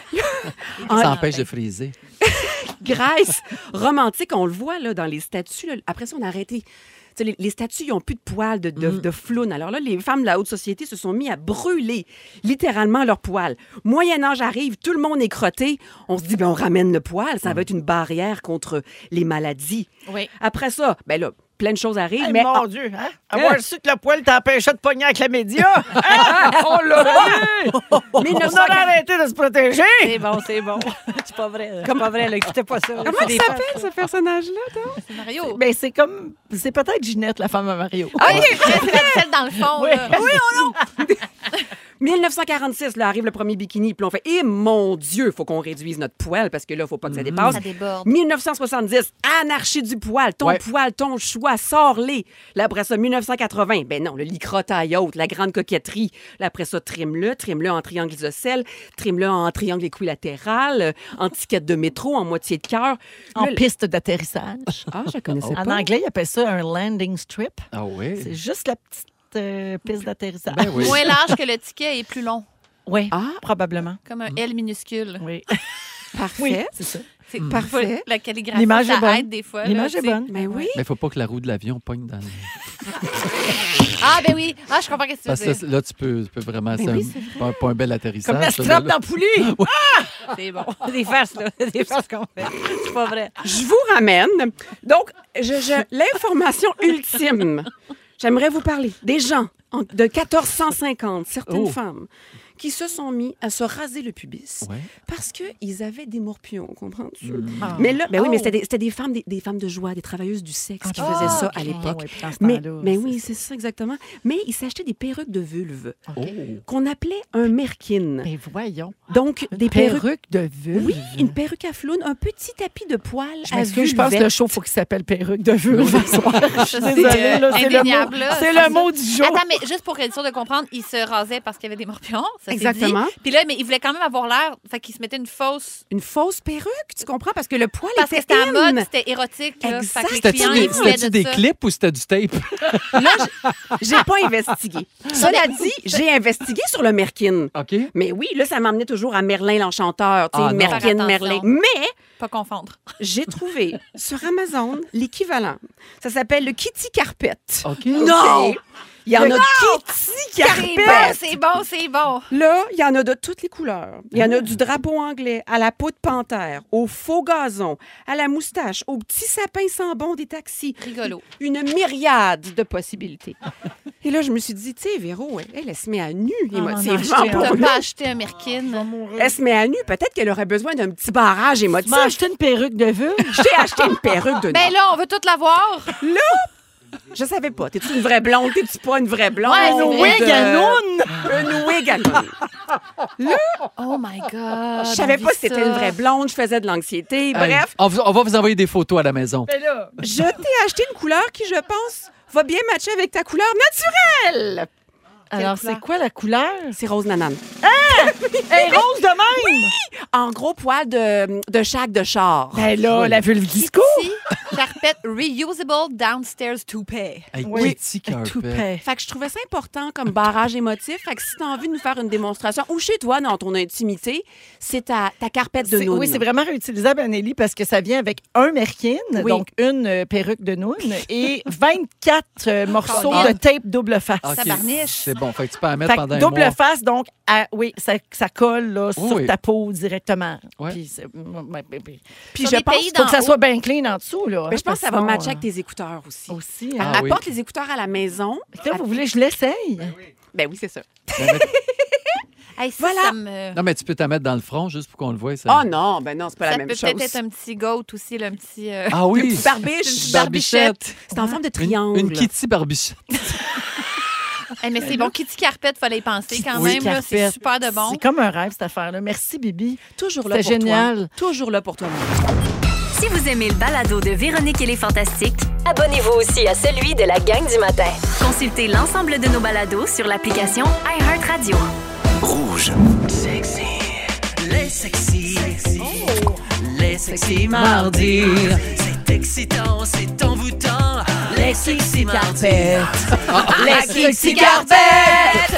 Ça empêche de friser. Grèce romantique, on le voit là, dans les statues. là. Après ça, on a arrêté. Tu sais, Les, les statues, ils n'ont plus de poils, de, de, de floune. Alors là, les femmes de la haute société se sont mis à brûler littéralement leurs poils. Moyen-Âge arrive, tout le monde est crotté. On se dit, ben, on ramène le poil, ça va être une barrière contre les maladies. Oui. Après ça, ben là, plein de choses arrivent. Hey, mais mon Dieu, hein? Avoir su que le poil t'empêchait de pogner avec les médias. Hein? On l'a vu! mille neuf On cent a arrêté de se protéger. C'est bon, c'est bon. C'est pas vrai. C'est pas vrai, là. Écoutez pas ça. Comment il s'appelle, ce personnage-là, toi? C'est Mario. Ben, c'est comme. C'est peut-être Ginette, la femme à Mario. Ah, oui, c'est celle dans le fond, là. Oui, oh non! mille neuf cent quarante-six, là, arrive le premier bikini, puis on fait « Eh mon Dieu, faut qu'on réduise notre poil, parce que là, faut pas que ça dépasse. Ça déborde. mille neuf cent soixante-dix, anarchie du poil. Ton Ouais. poil, ton choix, sors-les. Là, après ça, mille neuf cent quatre-vingts, ben non, le lycra taille haute, la grande coquetterie. Là, après ça, trim-le, trim-le en triangle isocèle, trim-le en triangle équilatéral, euh, en ticket de métro, en moitié de cœur. En Là, le- piste d'atterrissage. Ah, je connaissais En pas. anglais, ils appellent ça un landing strip. Ah oui. C'est juste la petite euh, piste d'atterrissage. Ben oui. Moins large que le ticket et plus long. Oui, Ah, probablement. Comme un L minuscule. Oui, parfait. oui c'est ça. C'est Parfait. La calligraphie, L'image ça est bonne. aide des fois. là, L'image est tu sais. bonne. Mais oui. Mais il faut pas que la roue de l'avion pogne dans le... Ah, ben oui. Ah, je comprends ce que tu Parce veux que dire. là, tu peux, tu peux vraiment... C'est oui, un- pas, pas un bel atterrissage. Comme la ça, strap là. dans Poulie. C'est bon. Des farces, là. Des farces qu'on fait. C'est pas vrai. Je vous ramène. Donc, je, je- l'information ultime. J'aimerais vous parler des gens en- de quatorze cent cinquante, certaines Oh. femmes, qui se sont mis à se raser le pubis Ouais. parce qu'ils avaient des morpions, comprends-tu? Mm. Ah. Mais là, ben oui, mais Oh. c'était des, c'était des femmes, des, des femmes de joie, des travailleuses du sexe qui Ah, faisaient ça ok. à l'époque. Ouais, puis dans ce Mais, temps-là, mais c'est oui, ça. c'est ça exactement. Mais ils s'achetaient des perruques de vulve Oh. qu'on appelait un merkin. Mais voyons. Donc, Une des perruques. perruque de vulve. Oui, une perruque à flounes, un petit tapis de poils Je à m'excuse, je pense que vulvette. le show, faut qu'il s'appelle perruque de vulve ce soir. Je suis C'est, désolée, euh, là, c'est le indéniable, mot, là. c'est C'est le ça. mot du jour. Attends, mais juste pour être sûr de comprendre, il se rasait parce qu'il y avait des morpions. Ça s'est Exactement. dit. Puis là, mais il voulait quand même avoir l'air. Fait qu'il se mettait une fausse. Une fausse perruque, tu comprends? Parce que le poil Parce que était c'était en in. mode, c'était érotique. Là. Exact. Fait que les C'était-tu clients, des, ils voulaient c'était-tu de des ça. clips ou c'était du tape? Là, j'ai- j'ai pas investigué. Cela dit, j'ai investigué sur le merkin. OK. Mais oui, là, ça m'emmenait toujours à Merlin l'Enchanteur. Tu sais, Ah, non. Merkin, Faire Merlin. attention. Mais Pas confondre. j'ai trouvé sur Amazon l'équivalent. Ça s'appelle le Kitty Carpet. OK. Non! Il y en a de Kitty C'est bon, Carpet. c'est bon, c'est bon. Là, il y en a de toutes les couleurs. Il y en a du drapeau anglais à la peau de panthère, au faux gazon, à la moustache, au petit sapin sans bon des taxis. Rigolo. Une myriade de possibilités. Et là, je me suis dit, tu sais, Véro, elle, elle se met à nu on en a émotivement. acheté un. pour T'as nous. pas acheté un Merkin. Elle se met à nu. Peut-être qu'elle aurait besoin d'un petit barrage Tu émotif. m'as acheté une perruque de vulve? J'ai acheté une perruque de Ben nu. là, on veut tout l'avoir. Je savais pas. T'es-tu une vraie blonde? T'es-tu pas une vraie blonde? Ouais, c'est Une vrai. wig à noun! Une wig à noun. Oh my God. Je savais on pas vit si c'était ça. une vraie blonde. Je faisais de l'anxiété. Hey, Bref, on, vous- on va vous envoyer des photos à la maison. Mais là, je t'ai acheté une couleur qui, je pense, va bien matcher avec ta couleur naturelle. alors, couleur? c'est quoi la couleur? C'est rose nanane. Elle est rose de même! En gros poil de, de chaque de char. Ben là, la vulve disco. Kitty Carpet Reusable Downstairs Toupee. Hey, Oui. Kitty Tout Carpet. paix. Fait que je trouvais ça important comme barrage émotif. Fait que si t'as envie de nous faire une démonstration, ou chez toi, dans ton intimité, c'est ta, ta carpette de C'est- noun. Oui, c'est vraiment réutilisable, Anneli, parce que ça vient avec un merkin, Oui. donc une euh, perruque de noun, et vingt-quatre euh, morceaux Ah. de tape double face. OK. Tabarniche. C'est bon. Fait que tu peux en mettre Fait que pendant un double mois. face, donc, à- oui, ça, ça colle là, Oui, sur oui. ta peau directement. Ouais. Puis, c'est- ouais, ouais, ouais. Puis Sur je des pense, pays faut que ça d'en soit bien clean en dessous. Là, mais hein, je pense que ça va sinon, matcher euh, avec tes écouteurs aussi. aussi. Ah, Hein. oui. Apporte les écouteurs à la maison. Là, vous voulez que je l'essaye? Ben oui, c'est ça. Ben, mais- Hey, ça, Voilà. ça me... Non, mais tu peux t'en mettre dans le front juste pour qu'on le voie. Ça. Oh non, ben non, c'est pas Ça la peut même chose. peut-être être un petit goat aussi, là, un petit... euh, Ah oui. Une petite barbiche. Une petite barbichette. C'est en forme de Une, triangle. une Kitty barbichette. hey, mais c'est bon, Kitty Carpet, fallait y penser quand Oui, même. là, C'est carpette. super de bon. C'est comme un rêve, cette affaire-là. Merci, Bibi. Toujours là pour C'était génial. toi. Toujours là pour toi. Marie. Si vous aimez le balado de Véronique et les Fantastiques, abonnez-vous aussi à celui de la gang du matin. Consultez l'ensemble de nos balados sur l'application iHeartRadio. Rouge. Sexy. Les sexy. Les sexy mardis. C'est excitant, c'est envoûtant. Les sexy mardis. Les Kitty Carpet!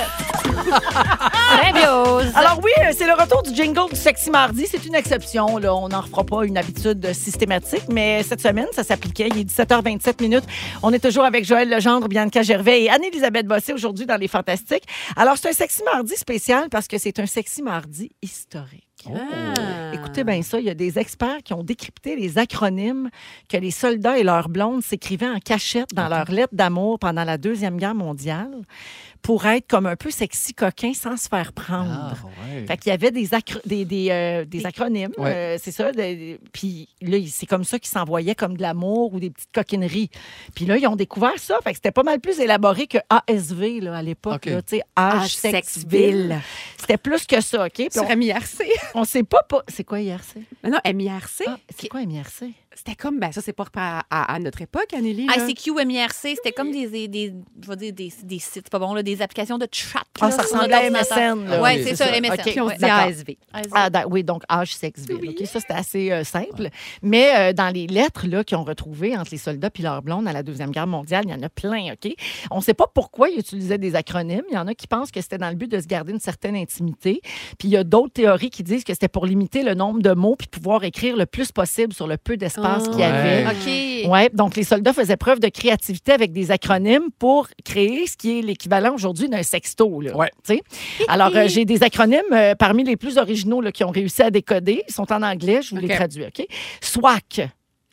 Très biose. Alors oui, euh, c'est le retour du jingle du Sexy Mardi. C'est une exception. Là. On n'en refera pas une habitude systématique, mais cette semaine, ça s'appliquait. Il est dix-sept heures vingt-sept minutes. On est toujours avec Joël Legendre, Bianca Gervais et Anne-Élisabeth Bossé aujourd'hui dans Les Fantastiques. Alors, c'est un Sexy Mardi spécial parce que c'est un Sexy Mardi historique. Ah. Écoutez bien ça, il y a des experts qui ont décrypté les acronymes que les soldats et leurs blondes s'écrivaient en cachette dans leurs lettres d'amour pendant la Deuxième Guerre mondiale pour être comme un peu sexy coquin sans se faire prendre. Ah, ouais. Fait qu'il y avait des, acro- des, des, euh, des acronymes, Ouais. euh, c'est ça. de- Puis là, c'est comme ça qu'ils s'envoyaient comme de l'amour ou des petites coquineries. Puis là, ils ont découvert ça. Fait que c'était pas mal plus élaboré que A S V là, à l'époque. OK. là, tu sais, H H Sexville. Sexville. C'était plus que ça, OK? Puis Sur on, M I R C. on sait pas... pas... C'est quoi I R C? Non, non, M I R C. Ah, c'est quoi M I R C? C'était comme, ben ça, c'est pas à, à, à notre époque, Anneli. là. I C Q, M I R C, c'était comme des, des, des, je vais dire des, des sites, c'est pas bon, là, des applications de chat. Ah, là, ça sur ressemblait à notre M S ordinateur. N. là. Ouais, Oui, c'est c'est ça, ça. M S N. OK. Puis on ouais. se dit d'accord. A S V. Ah, da- oui, donc H Sexville. OK, ça, c'était assez euh, simple. Mais euh, dans les lettres là, qu'ils ont retrouvées entre les soldats et leurs blondes à la Deuxième Guerre mondiale, il y en a plein, OK? On ne sait pas pourquoi ils utilisaient des acronymes. Il y en a qui pensent que c'était dans le but de se garder une certaine intimité. Puis il y a d'autres théories qui disent que c'était pour limiter le nombre de mots puis pouvoir écrire le plus possible sur le peu d'espace Ah, qu'il y avait. ouais. OK. Ouais, donc les soldats faisaient preuve de créativité avec des acronymes pour créer ce qui est l'équivalent aujourd'hui d'un sexto. Là, Ouais. tu sais. Alors, euh, j'ai des acronymes euh, parmi les plus originaux là, qui ont réussi à décoder. Ils sont en anglais, je vous OK. les traduis. OK? SWAC,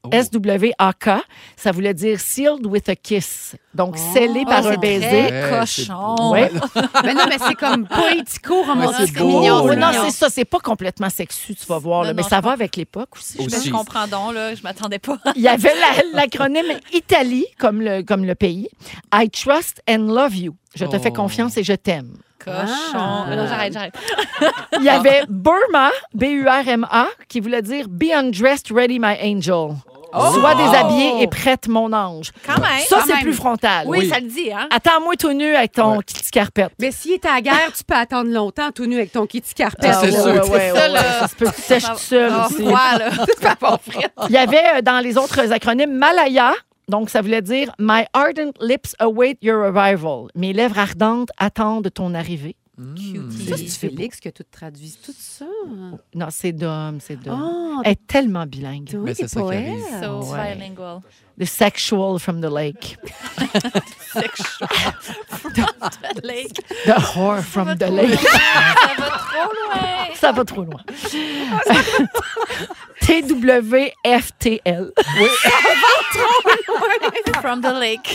Oh. S W A K, ça voulait dire sealed with a kiss. Donc, Oh. scellé par Oh, un c'est baiser. très Ouais, cochon. Ouais. Mais non, mais c'est comme poético, romantique, c'est beau. mignon. Oui, c'est non, mignon. c'est ça. C'est pas complètement sexu, tu vas voir. là, Non, mais non, ça je va avec l'époque aussi. je Aussi. pense. Je comprends donc, là. Je m'attendais pas. Il y avait la- l'acronyme Italie, comme le, comme le pays. I trust and love you. Je te Oh. fais confiance et je t'aime. Cochon. Ah. Non, j'arrête, j'arrête. Il y avait Burma, B U R M A, qui voulait dire Be undressed, ready, my angel. Sois déshabillé et prête, mon ange. Quand même. Ça, quand c'est même. plus frontal. Oui, Oui. ça le dit, hein? Attends-moi tout nu avec ton Ouais. kitty carpette. Mais s'il est à la guerre, tu peux attendre longtemps tout nu avec ton kitty carpet. Ah, c'est ouais, sûr. ouais, C'est ouais, ça, ouais, là. ouais. Ça se peut que tu sèches tout seul Ah, aussi. froid, là. Il y avait euh, dans les autres acronymes Malaya. Donc, ça voulait dire My ardent lips await your arrival. Mes lèvres ardentes attendent ton arrivée. Ça, c'est Félix qui a tout traduit. Tout ça. Non, c'est Dom, c'est Dom. Oh, Elle est tellement bilingue. oui, Mais t'es c'est ça qui poète. arrive. So Ouais. bilingual. The sexual from the lake. Lake. The whore from the lake. Ça va trop loin. Ça va trop loin. T W F T L. From the lake.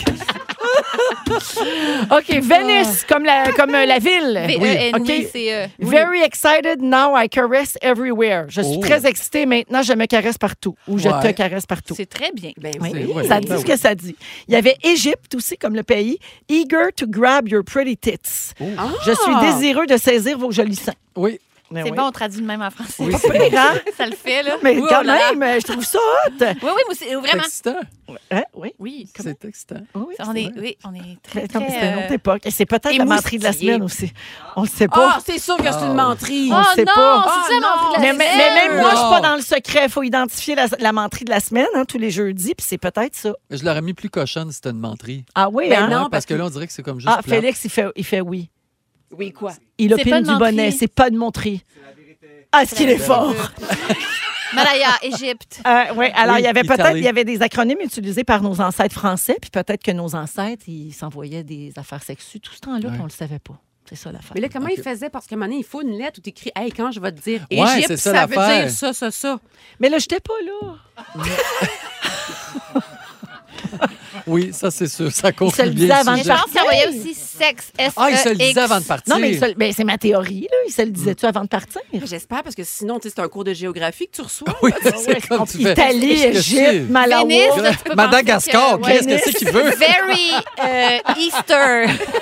OK, Venice, comme la, comme euh, la ville. V E N, OK. oui, c'est... euh, Very excited, now I caress everywhere. Je suis Oh. très excitée, maintenant je me caresse partout. Ou je Ouais. te caresse partout. C'est très bien. Ben Oui. C'est- ouais. Ça dit Ben ce que ça dit. Il y avait Égypte aussi, comme le pays. Eager to grab your pretty tits. Ah. Je suis désireux de saisir vos jolis seins. Oui. Mais C'est oui. bon, on traduit de même en français. Oui, Pas c'est pire, hein? Ça le fait, là. Mais Oui, quand oh là là. même, je trouve ça hot. Oui, oui, moi, c'est C'est vraiment. excitant. Hein? Oui. Oui, C'est excitant. Oui, on est, oui, on est très, Attends, très... c'était une euh, autre époque. Et c'est peut-être la menterie de la émoustillé. semaine aussi. On le sait pas. Ah, c'est sûr que c'est une menterie. On Oh le sait non, pas. c'est ça, Ah, mon Mais, mais- mais même moi, je suis Non. pas dans le secret. Il faut identifier la, la menterie de la semaine, hein, tous les jeudis, puis c'est peut-être ça. Je l'aurais mis plus cochonne si c'était une menterie. Ah oui, Ben hein? non, Ouais, parce que là, on dirait que c'est comme juste. Ah, plate. Félix, il fait, il fait oui. Oui, quoi? Il C'est pas opine une du menterie. bonnet. C'est pas de menterie. Ah, est-ce qu'il est fort? Malaya, Égypte. Euh, ouais, alors, Oui, il y avait peut-être Italie. il y avait des acronymes utilisés par nos ancêtres français, puis peut-être que nos ancêtres, ils s'envoyaient des affaires sexues tout ce temps-là, Ouais. puis on le savait pas. C'est ça l'affaire. Mais là, comment Ok. il faisait? Parce qu'à un moment donné, il faut une lettre où tu écris Hey, quand je vais te dire Ouais, Égypte, c'est ça ça, veut l'affaire. dire ça, ça, ça. Mais là, j'étais pas là. Oui, ça, c'est sûr. Ça Il se conclut le bien disait le avant de Mais je sujet. pense qu'il envoyait aussi sexe, S E X. Ah, il se le disait avant de partir. Non, mais il se- ben, c'est ma théorie, là. Il se le disait-tu avant de partir? J'espère, parce que sinon, tu sais, c'est un cours de géographie que tu reçois. Oui, c'est comme tu fais. Italie, Qu'est-ce que Égypte, c'est? Malawi. Vénice, là, tu peux Madagascar, penser que- qu'est-ce que c'est qu'il veut? Very euh, Easter.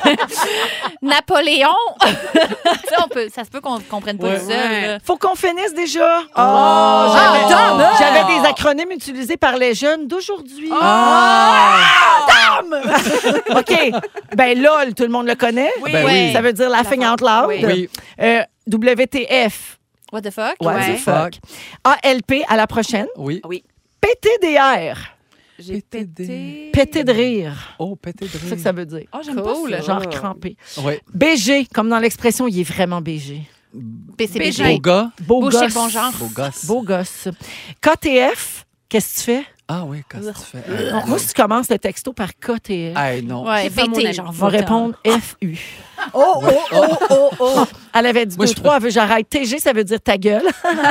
Napoléon. ça, on peut, ça se peut qu'on ne comprenne pas Ouais. tout seul. là. Faut qu'on finisse déjà. Oh, Ah, j'avais, Dom! j'avais des acronymes utilisés par les jeunes d'aujourd'hui. Ah! Dom! OK. Ben LOL, tout le monde le connaît. Oui. Ben oui. Ça veut dire laughing out loud. Oui. Oui. Euh, W T F. What the fuck? What Ouais. the fuck. A L P, à la prochaine. Oui. Oui. P T D R. J'ai Pété pété. Pété de rire. Oh, pété de C'est ça rire. que ça veut dire. Oh, j'aime Cool. pas ça. Genre crampé. Oui. B G, comme dans l'expression, il est vraiment B G. P C B G. Beau gars. Beau Beau chic, gosse. bon genre. Beau gosse. Beau gosse. K T F, qu'est-ce que tu fais? Ah oui, qu'est-ce que tu fais? Non, moi, si tu commences le texto par K T F, Hey, non. Ouais, C'est pas mon pété, ami. genre. je vais votant. répondre F U. Oh, oh, oh, oh, oh. Elle avait dit Moi, deux, je trois, elle veut que j'arrête. T G, ça veut dire ta gueule.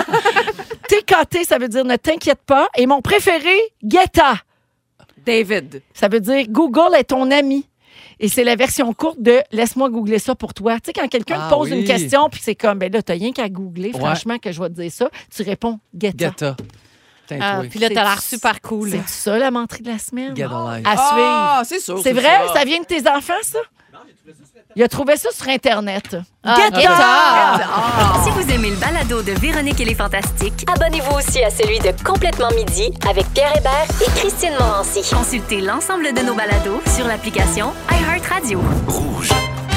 T K T, ça veut dire ne t'inquiète pas. Et mon préféré, Guetta. David. Ça veut dire Google est ton ami. Et c'est la version courte de laisse-moi googler ça pour toi. Tu sais, quand quelqu'un Ah te pose oui. une question, puis c'est comme, ben là, t'as rien qu'à googler, Ouais. franchement, que je vais te dire ça, tu réponds Guetta. Gata. Putain, Ah, toi. puis là, t'as l'air C'est- super cool. C'est ça, la menterie de la semaine? Get alive. À suivre. Ah, c'est sûr. C'est vrai? Ça. vient de tes enfants, ça? Il a trouvé ça sur Internet. Ah, Guetta! Guetta! Si vous aimez le balado de Véronique et les Fantastiques, abonnez-vous aussi à celui de Complètement Midi avec Pierre Hébert et Christine Morancy. Consultez l'ensemble de nos balados sur l'application iHeartRadio. Rouge.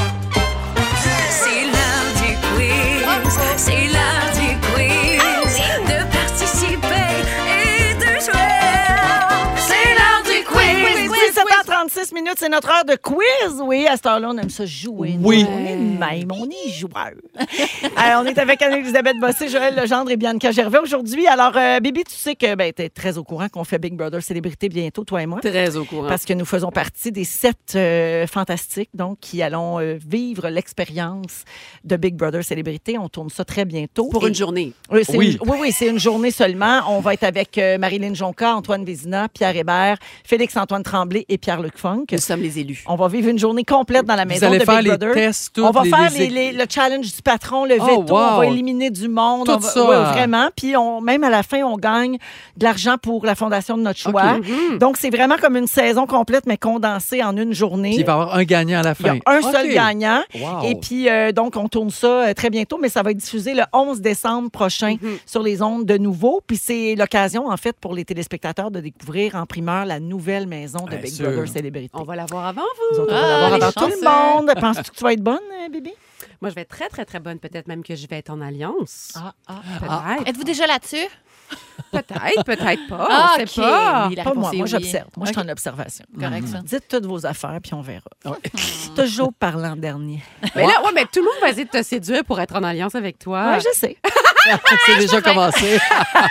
C'est l'heure du quiz. C'est l'heure du quiz. De participer et de jouer. C'est l'heure du quiz. dix-sept heures trente-six dix minutes, c'est notre heure de quiz. Oui, à cette heure-là, on aime ça jouer. Oui. On est de même, on est joueurs. Alors, on est avec Anne-Élisabeth Bossé, Joël Legendre et Bianca Gervais aujourd'hui. Alors, euh, Bibi, tu sais que ben, tu es très au courant qu'on fait Big Brother Célébrité bientôt, toi et moi. Très au courant. Parce que nous faisons partie des sept euh, fantastiques, donc, qui allons euh, vivre l'expérience de Big Brother Célébrité. On tourne ça très bientôt. Pour Et- une journée. Oui, c'est Oui. une, oui, oui, c'est une journée seulement. On va être avec euh, Marilyn Jonca, Antoine Vézina, Pierre Hébert, Félix-Antoine Tremblay et Pierre-Luc Funk. Nous sommes les élus. On va vivre une journée complète dans la Vous maison allez de faire Big les Brother. tests, tous On va les- faire les- les- les- le challenge du patron, le Oh, veto. wow. On va éliminer du monde. Tout on va- ça. ouais, vraiment. Puis on, même à la fin, on gagne de l'argent pour la fondation de notre choix. OK. Donc, c'est vraiment comme une saison complète, mais condensée en une journée. Puis il va y avoir un gagnant à la Il y a fin. un OK. seul gagnant. Wow. Et puis, euh, donc, on tourne ça euh, très bientôt, mais ça va être diffusé le onze décembre prochain sur les ondes de nouveau. Puis c'est l'occasion, en fait, pour les téléspectateurs de découvrir en primeur la nouvelle maison de Bien Big sûr. Brother Célébrité. On va la voir avant Nous vous. autres, on va Ah, l'avoir les avant tout le chanceux. monde. Penses-tu que tu vas être bonne, euh, Bibi? Moi, je vais être très, très, très bonne. Peut-être même que je vais être en alliance. Ah, ah. Peut-être. Êtes-vous déjà là-dessus? Peut-être, peut-être pas. Ah, on OK. sait pas. Oui, la Pas réponse moi. est Moi, oui. j'observe. Moi, je suis OK. en observation. Correct, ça. Dites toutes vos affaires, puis on verra. Toujours parlant dernier. Mais là, ouais, mais tout le monde va essayer de te séduire pour être en alliance avec toi. Oui, je sais. C'est déjà commencé.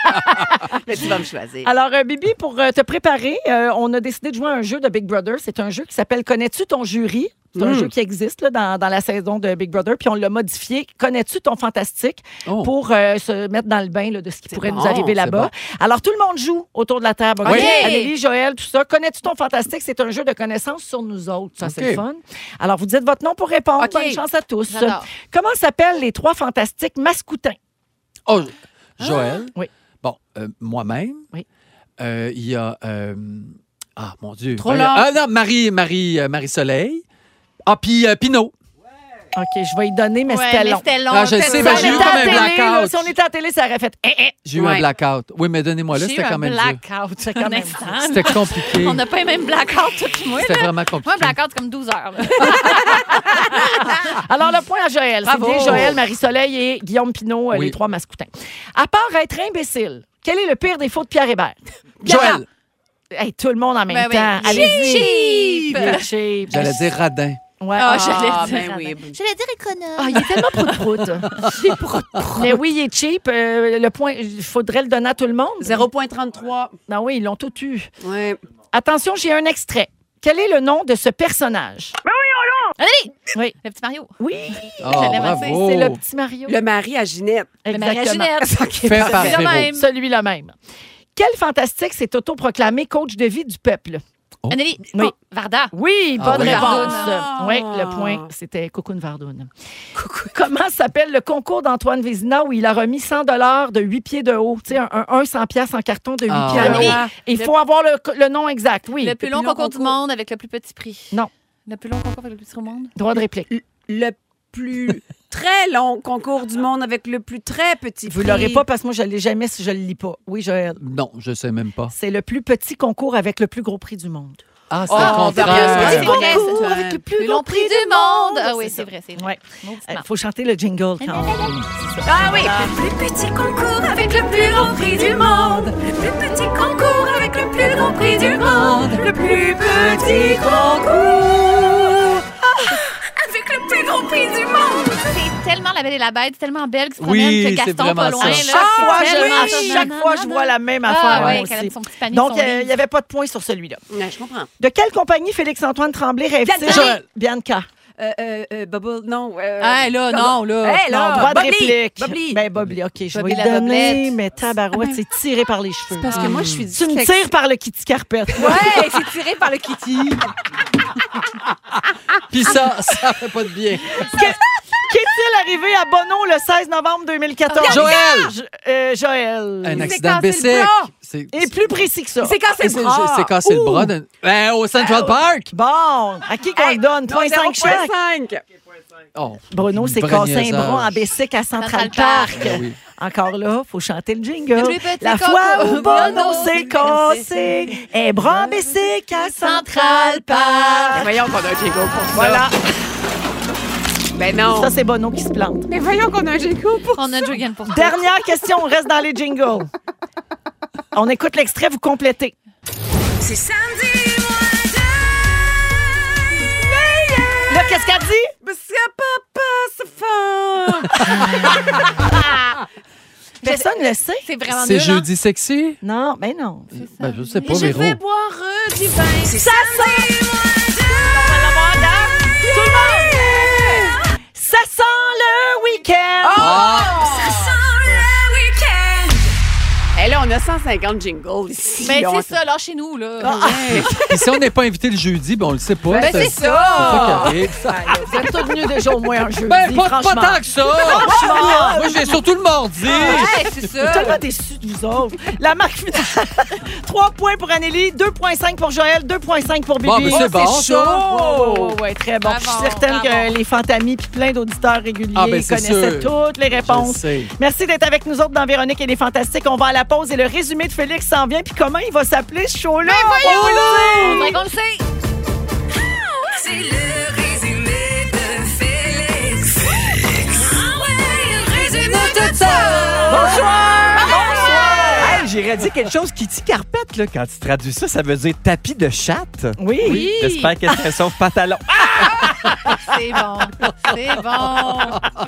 Mais tu vas me choisir. Alors, euh, Bibi, pour euh, te préparer, euh, on a décidé de jouer à un jeu de Big Brother. C'est un jeu qui s'appelle Connais-tu ton jury? C'est un Mm. jeu qui existe là, dans, dans la saison de Big Brother, puis on l'a modifié. Connais-tu ton fantastique Oh. pour euh, se mettre dans le bain là, de ce qui C'est pourrait bon, nous arriver c'est là-bas? Alors, tout le monde joue autour de la table. OK? OK. Amélie, Joël, tout ça. Connais-tu ton fantastique? C'est un jeu de connaissances sur nous autres. Ça, c'est OK. le fun. Alors, vous dites votre nom pour répondre. OK. Bonne chance à tous. J'adore. Comment s'appellent les trois fantastiques mascoutins? Oh, Joël. Oui. Bon, euh, moi-même. Oui. Euh, Il y a. euh, ah, mon Dieu. Trop Ben, long. Ah, non, Marie, Marie, euh, Marie-Soleil. Ah, puis euh, Pinot. OK, je vais y donner, mais Ouais, c'était mais long. c'était long. Ah, je c'était sais, Si ben, on long. j'ai eu était comme à un télé, là, blackout. Si on était à la télé, ça aurait fait eh, eh. J'ai eu Ouais. un blackout. Oui, mais donnez-moi là, J'ai eu c'était un quand même dur. blackout. C'est quand un même instant. C'était compliqué. On n'a pas les mêmes blackouts, tout moi. C'était là. vraiment compliqué. Moi, un blackout, c'est comme douze heures. là. Alors, le point à Joël. C'est Bravo. bien Joël, Marie-Soleil et Guillaume Pinot, euh, Oui. les trois mascoutins. À part être imbécile, quel est le pire défaut de Pierre Hébert? Joël. Hey, tout le monde en même Ben oui. temps. Allez-y. Cheap. Il est cheap. J'allais dire radin. Ouais. Ah, Ah, j'allais Ah, dire. ben oui. J'allais dire économe. ah, il est tellement prout-prout. Mais oui, il est cheap. Euh, le point, il faudrait le donner à tout le monde. zéro virgule trente-trois. Non, oui, ils l'ont tout eu. Ouais. Attention, j'ai un extrait. Quel est le nom de ce personnage? Allez, Oui. le petit Mario. Oui, Oh, J'allais bravo. c'est le petit Mario. Le mari à Ginette. Le Marie à Ginette. Fait par C'est le Véro. même. Celui-là même. Quel fantastique s'est autoproclamé coach de vie du peuple? Oh. Anneli, Oui. oh, Varda. Oui, Ah bonne oui. réponse. Ah. Oui, le point, c'était Cocoon Vardoune. Comment s'appelle le concours d'Antoine Vézina où il a remis cent dollars de huit pieds de haut? Tu sais, un, un, un cent piastres en carton de huit Ah. pieds de Anneli, haut. Il faut avoir le, le nom exact, oui. le plus long concours du monde avec le plus petit prix. Non. Le plus long concours avec le plus petit prix au monde. Droit de réplique. Le plus très long concours du monde avec le plus très petit Vous prix. l'aurez pas parce que moi, je ne l'ai jamais si je ne le lis pas. Oui, Joël. Non, je sais même pas. C'est le plus petit concours avec le plus gros prix du monde. Ah, c'est Oh, le on contraire. verra. C'est vrai, concours c'est avec un le plus plus gros long prix prix du du monde. monde. Ah oui, C'est c'est ça. vrai, c'est vrai. Ouais. Mauditement. Il faut chanter le jingle quand même. Ah oui. Le plus petit concours avec le plus grand prix du monde. Le plus petit concours avec le plus grand prix du monde. Le plus petit concours avec le plus grand prix du monde. C'est tellement La Belle et la Bête, c'est tellement belle que se Oui, promène que c'est Gaston vraiment pas loin. ça. là. Chaque fois, C'est je, tellement à ça. chaque fois, je vois la même affaire. Ah moi ouais, aussi. qu'elle aime son petit panier, Donc, son euh, il livre. n'y avait pas de point sur celui-là. Ouais, je comprends. De quelle compagnie Félix-Antoine Tremblay rêve-t-il? Bianca. Joël. Bianca. Euh, euh, euh, Bubble, non. Euh, Ah, là, non, là. Hey, là, Non, droit de Bobby. réplique. Bobby. Ben, Bobby, OK, je Bobby vais la le donner, boblette. mais tabarouette, c'est tiré par les cheveux. Parce que moi, je suis Tu me dyslexique. tires par le kitty carpet. Ouais, c'est tiré par le Kitty. Puis ça, ça fait pas de bien. Qu'est-il arrivé à Bono le seize novembre deux mille quatorze? Joël! Jo- euh, Joël. Un s'est accident de cassé le bicycle. bras. C'est Et plus précis que ça. C'est cassé le c'est- bras. c'est cassé le Ouh. bras. d'un- Ben, au Central Park. Bon, à qui qu'on le donne? Point cinq chaque. cinq. Oh, Bruno s'est vrai cassé un niaisage. bras en bicycle à Central Central Park. Park. Ben oui. Encore là, faut chanter le jingle. Le plus petit La concours. fois où Bono Bono s'est s'est cassé, un bras en bicycle à Central Ben Park. voyons qu'on a un jingle pour ça. Voilà, Ben non. ça c'est Bono qui se plante. Mais voyons qu'on a un jingle pour On a Jogan pour toi. Dernière question, on reste dans les jingles. On écoute l'extrait, vous complétez. C'est samedi, moins deux. qu'est-ce qu'elle dit? Parce que papa se fait. Personne ne le sait. C'est vraiment C'est nul, hein? jeudi sexy? Non, ben non. Ben, je sais pas, Et je Véro. vais boire euh, du vin. Ça sent... Tout le monde! Ça sent le week-end! Ça sent le week-end. Hey, là, on a cent cinquante jingles ici. Ben, On- c'est ça, lâchez-nous, là. Puis si on n'est pas invité le jeudi, ben on le sait pas. Ben, c'est c'est ça. ça qui arrive. Vous êtes tous venus déjà au moins un jeudi, Ben, pas, pas franchement. tant que ça! Franchement. Moi, j'ai surtout le mardi! Ouais, c'est Je suis ça. tellement déçue de vous autres. La marque finale. trois points pour Anneli, deux virgule cinq pour Joël, deux virgule cinq pour Bibi. Bon, ben, c'est bon, chaud. ça. Ouais, ouais, ouais, très bon. Bravo, Je suis certaine bravo. que les Fantamis puis plein d'auditeurs réguliers Ah, ben, c'est connaissaient sûr. toutes les réponses. Je sais. Merci d'être avec nous autres dans Véronique et les Fantastiques. On va à la pause et le résumé de Félix s'en vient. Puis comment il va s'appeler ce show-là? On voyons! dirait qu'on le sait. C'est le résumé de Félix. Félix. Ah ouais, le résumé de ça. Bonsoir! Hey, j'irais dire quelque chose qui dit carpette, là. Quand tu traduis ça, ça veut dire tapis de chatte. Oui. Oui. J'espère qu'elle serait sauf pantalon. C'est bon. C'est bon.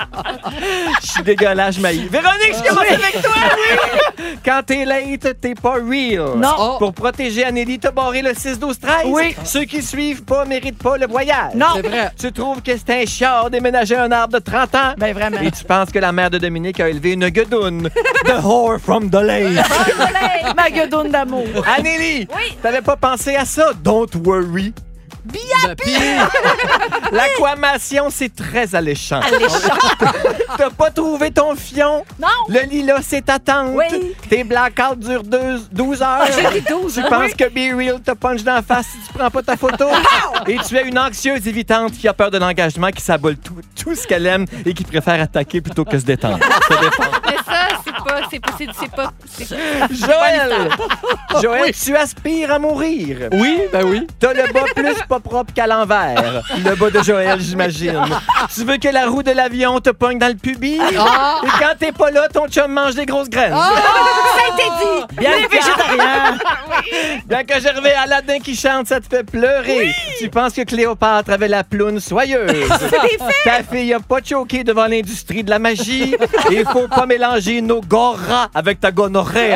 Je suis dégueulasse, je m'haïs. Véronique, je commence avec toi, oui! Quand t'es late, t'es pas real. Non. Oh. Pour protéger Anneli, t'as barré le six douze treize. Oui. Ceux qui suivent pas méritent pas le voyage. Non. C'est vrai. Tu trouves que c'est un chiard déménager un arbre de trente ans? Ben vraiment. Et tu penses que la mère de Dominique a élevé une guedoune. The whore from the lake. Ma guedoune d'amour. Anneli, t'avais pas pensé à ça? Don't worry. Le pire. L'aquamation, c'est très alléchant. T'as pas trouvé ton fion? Non. Le lilas, c'est ta tante. Oui. Tes blackouts durent deux- douze heures. J'ai dit douze, Tu hein? penses que Be Real te punch dans la face si tu prends pas ta photo? Et tu es une anxieuse évitante qui a peur de l'engagement, qui s'abole tout, tout ce qu'elle aime et qui préfère attaquer plutôt que se détendre. Se défendre. Mais ça, c'est pas. C'est pas. C'est c'est pas. c'est- Joël, Joël, tu aspires à mourir. Oui, ben oui. T'as le bas plus pas propre qu'à l'envers. Le bas de Joël, j'imagine. Tu veux que la roue de l'avion te pogne dans le pubis? Ah. Et quand t'es pas là, ton chum mange des grosses graines. Ça a été dit. Bien les végétariens. Bien que Gervais Aladdin qui chante, ça te fait pleurer. Tu penses que Cléopâtre avait la ploune soyeuse. Ta fille a pas choqué devant l'industrie de la magie. Et il faut pas mélanger nos goras avec ta gonorrhée.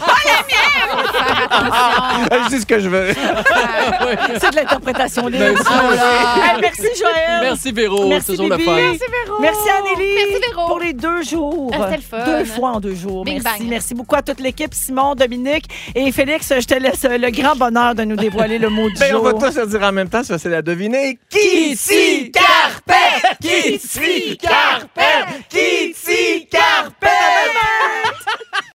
Je dis ce que je veux. C'est de l'interprétation libre. Merci. Hey, merci, Joël. Merci, Véro. Merci, Toujours le Bibi. fun. Merci, Merci, Anneli. Merci, Véro. Pour les deux jours. Ah, c'était le fun. Deux fois en deux jours. Bing merci. bang. Merci beaucoup à toute l'équipe. Simon, Dominique et Félix, je te laisse le grand bonheur de nous dévoiler le mot du Ben, on jour. va tous le dire en même temps, ça c'est la deviner. Qui si carpet? Qui si carpet? Qui si carpet?